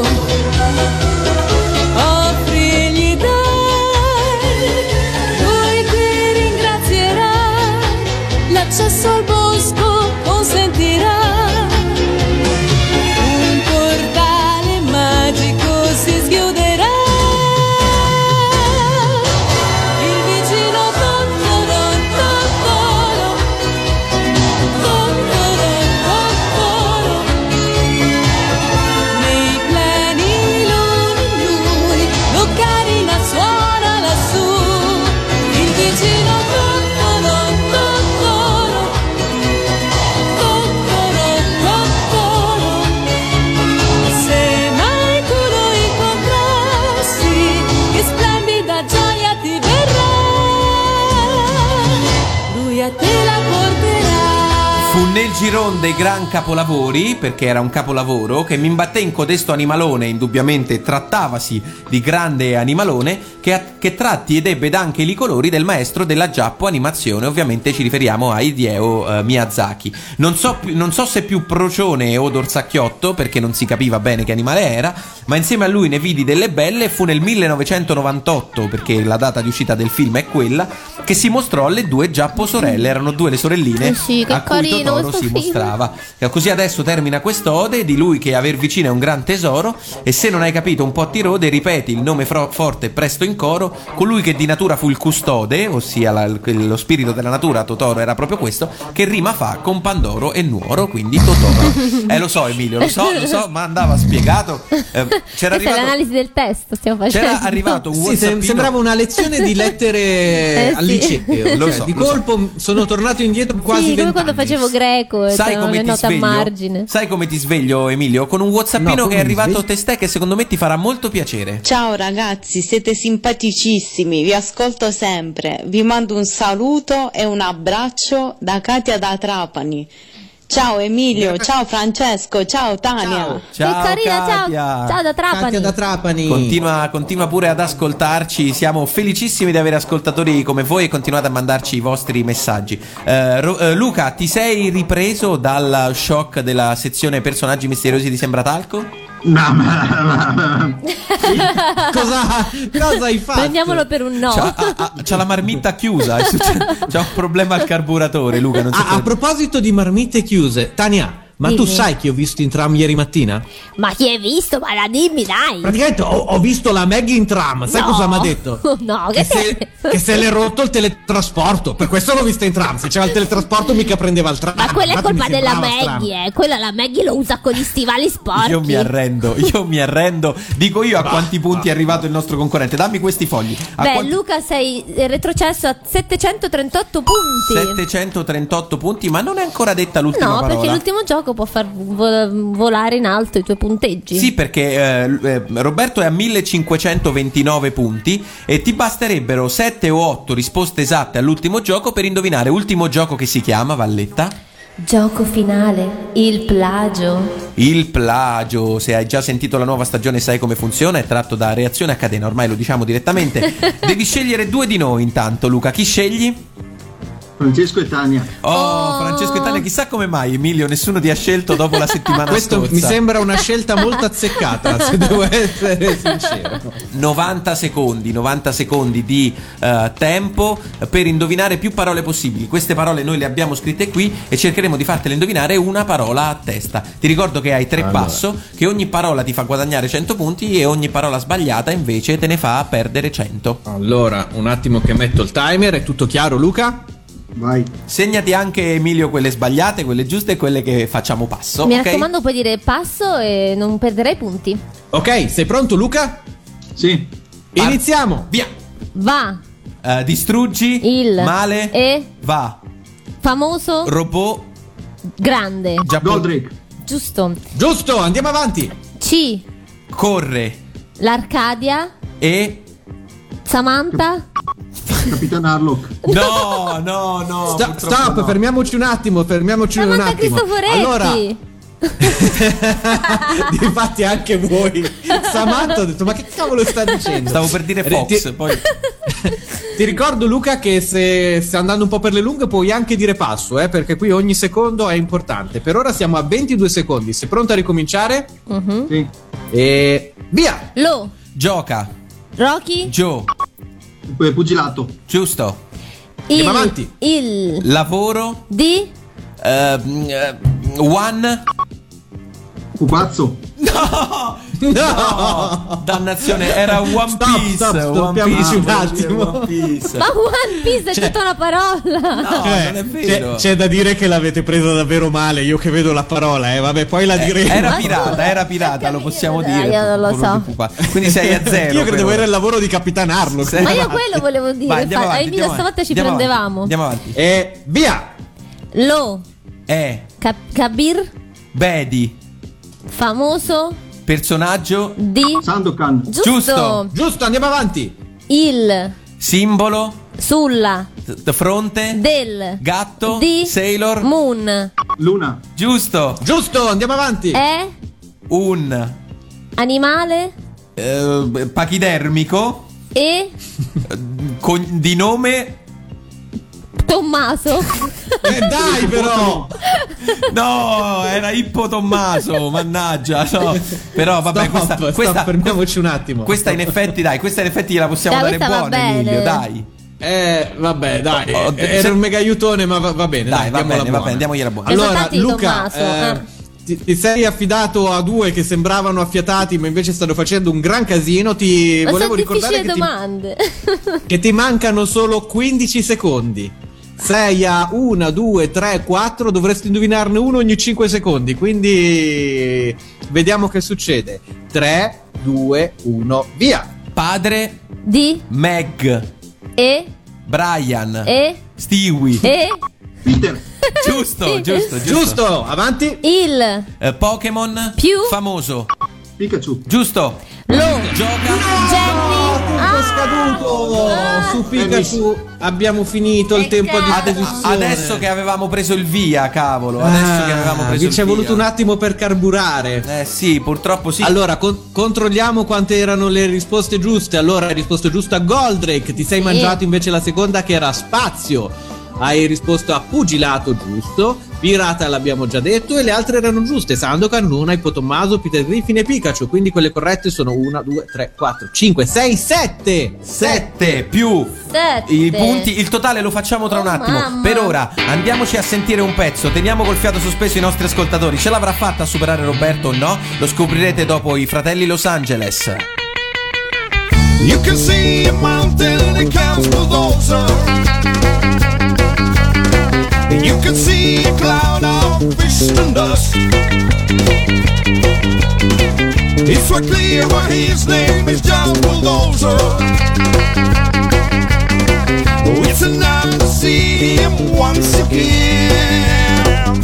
offrigli dai, lui ti ringrazierà, l'accesso al bosco consentirà. Un portale magico si schiuderà. Il vicino Totoro, Totoro, Totoro, Totoro, nei pleniluni lui lo carina suona lassù. Il vicino Totoro, Totoro, Totoro, Totoro, se mai tu lo incontrassi, che splendida gioia ti verrà, lui a te la porterà. Fu nel giron dei gran capolavori, perché era un capolavoro, che mi imbatté in codesto animalone. Indubbiamente trattavasi di grande animalone che tratti ed ebbe anche i colori del maestro della Giappo animazione. Ovviamente ci riferiamo a Hideo Miyazaki. Non so se più procione o dorsacchiotto, perché non si capiva bene che animale era, ma insieme a lui ne vidi delle belle. Fu nel 1998, perché la data di uscita del film è quella, che si mostrò le due Giapposorelle. Erano due le sorelline sì, che a cui carino Totoro questo si film. mostrava. E così adesso termina quest'ode di lui che aver vicino è un gran tesoro, e se non hai capito un po' ti rode, ripeti il nome forte presto in coro, colui che di natura fu il custode, ossia lo spirito della natura. Totoro era proprio questo, che rima fa con Pandoro e Nuoro, quindi Totoro. Lo so Emilio, lo so, ma andava spiegato. C'era Questa è arrivato, l'analisi del testo, stiamo facendo. c'era arrivato un Sì, WhatsAppino. sembrava una lezione di lettere al sì. liceo. Lo Cioè, so, di lo so. colpo sono tornato indietro quasi Sì, come 20 quando anni. facevo greco e Sai c'erano come le ti note a sveglio? margine. Sai come ti sveglio, Emilio? Con un whatsappino No, come che è mi arrivato svegli? testè che secondo me ti farà molto piacere. Ciao ragazzi, siete simpaticissimi, vi ascolto sempre. Vi mando un saluto e un abbraccio da Katia da Trapani. Ciao Emilio, ciao Francesco, ciao Tania. Ciao, che carina, Katia. ciao da Trapani. Katia da Trapani. Continua pure ad ascoltarci, siamo felicissimi di avere ascoltatori come voi e continuate a mandarci i vostri messaggi. Luca, ti sei ripreso dal shock della sezione personaggi misteriosi di Sembratalco? Cosa hai fatto? Prendiamolo per un no. C'ha la marmitta chiusa, c'ha un problema al carburatore, Luca. Non si A proposito di marmitte chiuse, Tania, ma tu Dimmi. sai che ho visto in tram ieri mattina? Ma chi hai visto? Ma la dimmi, dai. Praticamente ho visto la Maggie in tram, sai No. cosa mi ha detto? No, Che se l'è rotto il teletrasporto, per questo l'ho vista in tram, se c'era il teletrasporto mica prendeva il tram. Ma quella è Infatti colpa mi della sembrava strano. Maggie, quella la Maggie lo usa con gli stivali sporchi. Io mi arrendo. Dico io a quanti punti è arrivato il nostro concorrente. Dammi questi fogli. Luca, sei retrocesso a 738 punti. 738 punti, ma non è ancora detta l'ultima No, parola. perché l'ultimo gioco può far volare in alto i tuoi punteggi. Sì, perché Roberto è a 1529 punti e ti basterebbero 7 o 8 risposte esatte all'ultimo gioco per indovinare ultimo gioco che si chiama, Valletta? Gioco finale, il plagio. Il plagio. Se hai già sentito la nuova stagione sai come funziona, è tratto da Reazione a Catena, ormai lo diciamo direttamente. Devi scegliere due di noi intanto, Luca, chi scegli? Francesco e Tania. Francesco e Tania, chissà come mai, Emilio, nessuno ti ha scelto dopo la settimana Questo scorsa. mi sembra una scelta molto azzeccata, se devo essere sincero. 90 secondi di tempo per indovinare più parole possibili. Queste parole noi le abbiamo scritte qui e cercheremo di fartele indovinare una parola a testa. Ti ricordo che hai 3 passo, che ogni parola ti fa guadagnare 100 punti e ogni parola sbagliata invece te ne fa perdere 100. Allora, un attimo che metto il timer, è tutto chiaro, Luca? Vai. Segnati anche, Emilio, quelle sbagliate, quelle giuste e quelle che facciamo passo. Mi ok? raccomando, puoi dire passo e non perderai punti. Ok, sei pronto, Luca? Sì. Iniziamo. Via. Va. Distruggi Il male e va. famoso Robot grande. Goldrake. Giusto. Giusto, andiamo avanti. C. corre L'Arcadia. e Samantha. Capitan Harlock. No. Stop, no. fermiamoci un attimo. Samantha Cristoforetti. Allora, infatti anche voi. Samantha ha detto: ma che cavolo sta dicendo? Stavo per dire Fox, poi ti ricordo, Luca, che se stai andando un po' per le lunghe puoi anche dire passo, perché qui ogni secondo è importante. Per ora siamo a 22 secondi. Sei pronto a ricominciare? Sì. E via. Lo. gioca. Rocky. Joe. Pugilato. Giusto. Andiamo avanti. Il Lavoro. di One. Pupazzo. No, dannazione, era One Piece. Stoppiamoci un attimo. One Piece. Ma One Piece è tutta una parola. No, non è vero. C'è da dire che l'avete presa davvero male. Io che vedo la parola, vabbè, poi la diremo. Era pirata, lo possiamo dire. Io non lo so. Quindi sei a 0. Io credevo era il lavoro di Capitan Harlock. Ma io quello volevo dire. Vai, andiamo avanti, Emilio, stavolta ci andiamo prendevamo. Andiamo avanti. E via. Lo. Kabir. Bedi. Famoso. Personaggio. Di Sandokan. Giusto, andiamo avanti. Il. Simbolo. Sulla. Fronte. Del. Gatto. Di. Sailor. Moon. Luna. Giusto. Andiamo avanti. È. Un Animale. pachidermico. E. Di nome. Tommaso. Dai però. No, era Ippo Tommaso. Mannaggia, no. Però vabbè, questa fermiamoci un attimo. Questa in effetti gliela possiamo dare questa va buona, bene. Emilio, dai. Vabbè, dai. Era un mega aiutone, ma va bene. Dai, va diamola bene, buona. andiamogliela buona. Allora, Esaltati, Luca, Tommaso, ti sei affidato a due che sembravano affiatati, ma invece stanno facendo un gran casino. Ti Ma volevo sono ricordare difficili domande. che ti mancano solo 15 secondi. Sei a 1, 2, 3, 4. Dovresti indovinarne uno ogni 5 secondi. Quindi vediamo che succede. 3, 2, 1, via. Padre Di. Meg. E. Brian. E. Stewie. E. Peter. Giusto, avanti. Il Pokémon più famoso. Pikachu. Giusto. Jenny. È scaduto su Pikachu. Abbiamo finito il tempo di disposizione. Adesso che avevamo preso il via, cavolo. Adesso che avevamo preso il ci è via. voluto un attimo per carburare. Sì, purtroppo sì. Allora, controlliamo quante erano le risposte giuste. Allora, hai risposto giusto a Goldrake. Ti sei mangiato invece la seconda, che era spazio. Hai risposto a pugilato, giusto. Pirata l'abbiamo già detto. E le altre erano giuste: Sandokan, Luna, Ippotommaso, Peter Griffin e Pikachu. Quindi quelle corrette sono 1, 2, 3, 4, 5, 6, 7. 7 più i punti. Il totale lo facciamo tra un attimo. mamma. Per ora andiamoci a sentire un pezzo. Teniamo col fiato sospeso i nostri ascoltatori. Ce l'avrà fatta a superare Roberto o no? Lo scoprirete dopo i fratelli Los Angeles. You can see a mountain and it counts bulldozer. You can see a cloud of mist and dust. It's quite clear why his name is John Bulldozer. Oh, it's an honor to see him once again.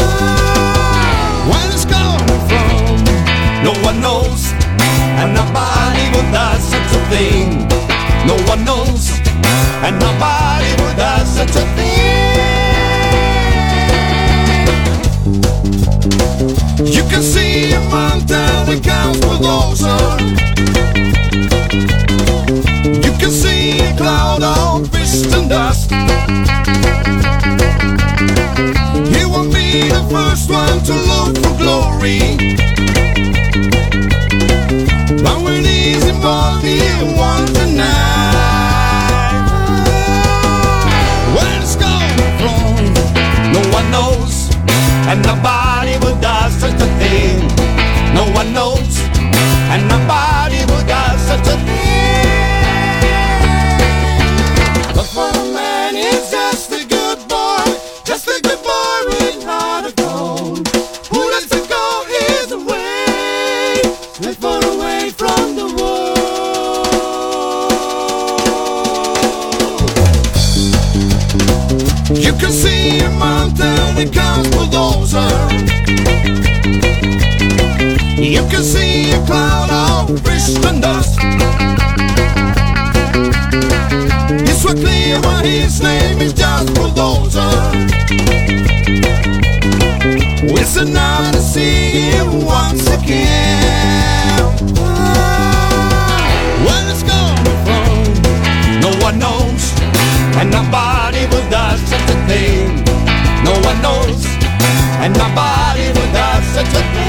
Where it's coming from, no one knows, and nobody will do such a thing. No one knows, and nobody will do such a thing. You can see a mountain that counts bulldozer. You can see a cloud of mist and dust. He won't be the first one to look for glory, but when he's involved he wants tonight. Where it's coming from, no one knows, and nobody will do such a thing. No one knows, and nobody will do such a thing. But for a man he's just a good boy, just a good boy with heart of gold. Who lets it go his way, live far away from the world. You can see a mountain that comes bulldozer. You can see a cloud of mist and dust. It's so clear why his name is just Bulldozer. It's an honor to see him once again. Where it's coming from, no one knows, and nobody will do such a thing. No one knows, and nobody will do such a thing.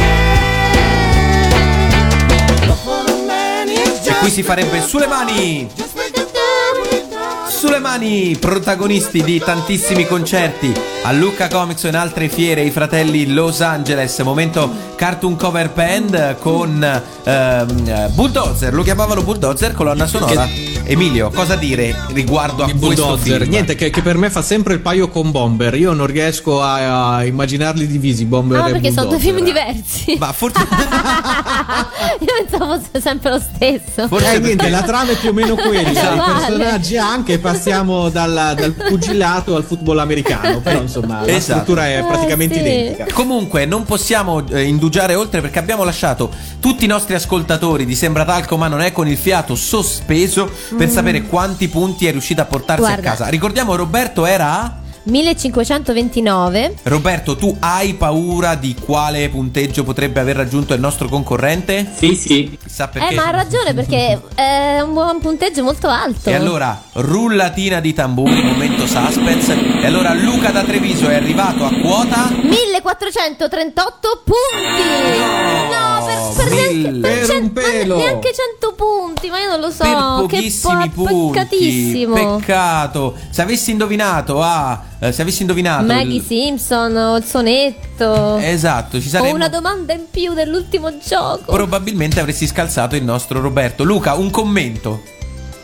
E qui si farebbe sulle mani! Sulle mani, protagonisti di tantissimi concerti a Lucca Comics e in altre fiere, i fratelli Los Angeles. Momento Cartoon Cover Band con Bulldozer, lo chiamavano Bulldozer, colonna sonora. Emilio, cosa dire riguardo a questo Bulldozer? film? Niente, che per me fa sempre il paio con Bomber. Io non riesco a immaginarli divisi, Bomber e perché Bulldozer. sono due film diversi. Ma forse Io pensavo fosse sempre lo stesso. Niente, la trama è più o meno quella, i Vale. personaggi anche, passiamo dal pugilato al football americano, però insomma la struttura è praticamente identica. Comunque non possiamo indugiare oltre, perché abbiamo lasciato tutti i nostri ascoltatori di Sembra Talco ma non è con il fiato sospeso per sapere quanti punti è riuscito a portarsi Guarda. a casa. Ricordiamo, Roberto era a 1529. Roberto, tu hai paura di quale punteggio potrebbe aver raggiunto il nostro concorrente? Sì. Chissà perché. Ma ha ragione, perché è un buon punteggio molto alto. E allora, rullatina di tamburi, momento suspense. E allora Luca da Treviso è arrivato a quota 1438 punti. No, per un pelo. neanche 100 punti, ma io non lo so. Per pochissimi punti. Peccatissimo. Peccato. Se avessi indovinato Maggie Simpson o il sonetto. Esatto, ci Ho saremmo. una domanda in più dell'ultimo gioco. Probabilmente avresti scalzato il nostro Roberto. Luca, un commento.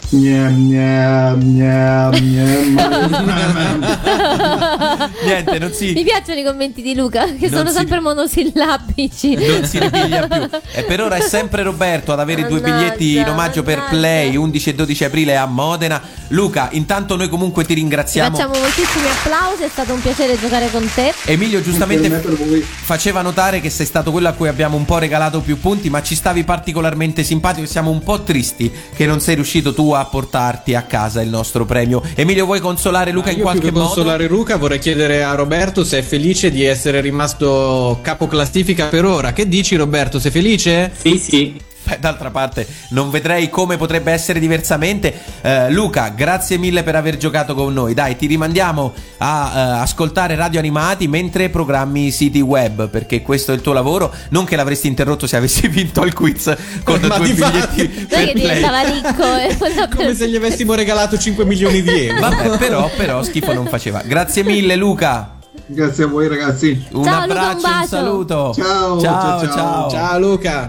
Niente, non si... Mi piacciono i commenti di Luca, che sono sempre monosillabici. Non si ripiglia più. E per ora è sempre Roberto ad avere 2 biglietti in omaggio per Play 11 e 12 aprile a Modena. Luca, intanto noi comunque ti ringraziamo. Ti facciamo moltissimi applausi, è stato un piacere giocare con te. Emilio giustamente faceva notare che sei stato quello a cui abbiamo un po' regalato più punti, ma ci stavi particolarmente simpatico e siamo un po' tristi che non sei riuscito tu a portarti a casa il nostro premio. Emilio, vuoi consolare Luca in qualche modo? Consolare Luca, vorrei chiedere a Roberto se è felice di essere rimasto capo classifica per ora. Che dici, Roberto, sei felice? Sì. D'altra parte non vedrei come potrebbe essere diversamente. Luca, grazie mille per aver giocato con noi. Dai, ti rimandiamo a ascoltare Radio Animati mentre programmi siti web, perché questo è il tuo lavoro. Non che l'avresti interrotto se avessi vinto il quiz con 2 biglietti per che diventava ricco come se gli avessimo regalato 5 milioni di euro. Vabbè, però schifo non faceva. Grazie mille Luca. Grazie a voi ragazzi. Un abbraccio, Luca, un un saluto. Ciao Luca.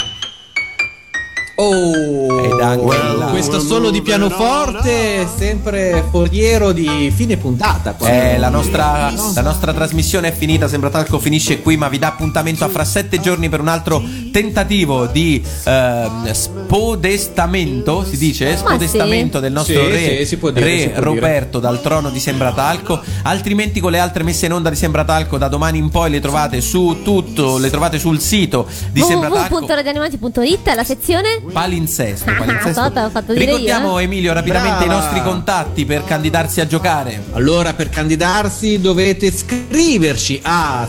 Ed anche questo solo di pianoforte, sempre foriero di fine puntata. La nostra trasmissione è finita, Sembratalco finisce qui, ma vi dà appuntamento a fra 7 giorni per un altro tentativo di spodestamento, si dice? Spodestamento del nostro re Roberto dal trono di Sembratalco. Altrimenti con le altre messe in onda di Sembratalco da domani in poi le trovate su tutto, le trovate sul sito di Sembratalco. www.radioanimati.it, la sezione palinsesto. Ho fatto dire Ricordiamo io, Emilio rapidamente i nostri contatti per candidarsi a giocare. Allora, per candidarsi dovete scriverci a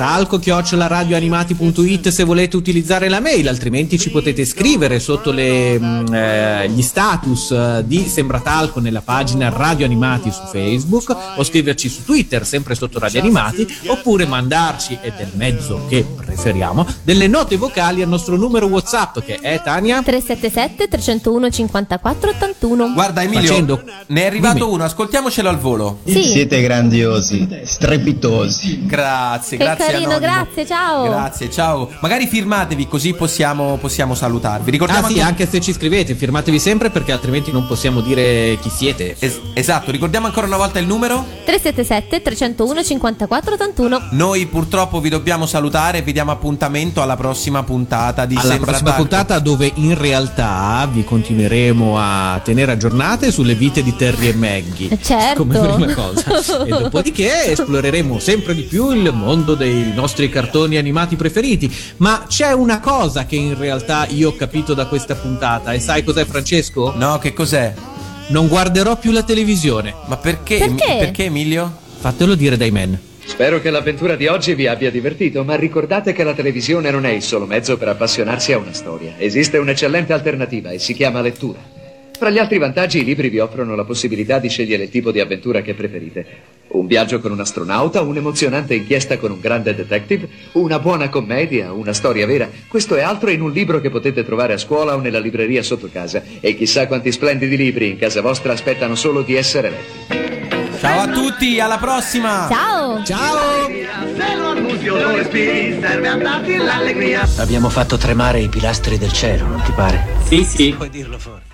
sembratalco@radioanimati.it se volete utilizzare la mail, altrimenti ci potete scrivere sotto gli status di Sembratalco nella pagina Radio Animati su Facebook, o scriverci su Twitter sempre sotto Radio Animati, oppure mandarci, ed è il mezzo che preferiamo, delle note vocali al nostro numero WhatsApp, che è, Tania, 377 301 54 81. Guarda Emilio, ne è arrivato uno, ascoltiamocelo al volo. Sì. Siete grandiosi, strepitosi. Grazie, Che grazie carino, Anonimo. grazie, ciao. Grazie, ciao. Magari firmatevi così possiamo salutarvi. Ricordiamo anche se ci scrivete, firmatevi sempre, perché altrimenti non possiamo dire chi siete. Esatto, ricordiamo ancora una volta il numero 377 301 54 81. Noi purtroppo vi dobbiamo salutare e vi diamo appuntamento alla prossima puntata di Alla prossima puntata, dove in realtà vi continueremo a tenere aggiornate sulle vite di Terry e Maggie, certo, come prima cosa, e dopodiché esploreremo sempre di più il mondo dei nostri cartoni animati preferiti. Ma c'è una cosa che in realtà io ho capito da questa puntata, e sai cos'è, Francesco? No, che cos'è? Non guarderò più la televisione. Ma perché? Perché Emilio? Fatelo dire dai men. Spero che l'avventura di oggi vi abbia divertito, ma ricordate che la televisione non è il solo mezzo per appassionarsi a una storia. Esiste un'eccellente alternativa e si chiama lettura. Fra gli altri vantaggi, i libri vi offrono la possibilità di scegliere il tipo di avventura che preferite. Un viaggio con un astronauta, un'emozionante inchiesta con un grande detective, una buona commedia, una storia vera. Questo e altro in un libro che potete trovare a scuola o nella libreria sotto casa. E chissà quanti splendidi libri in casa vostra aspettano solo di essere letti. Ciao a tutti, alla prossima. Ciao. Ciao. Se lo annunzio lo respiri, serve a darti l'allegria. Abbiamo fatto tremare i pilastri del cielo, non ti pare? Sì. Puoi dirlo forte.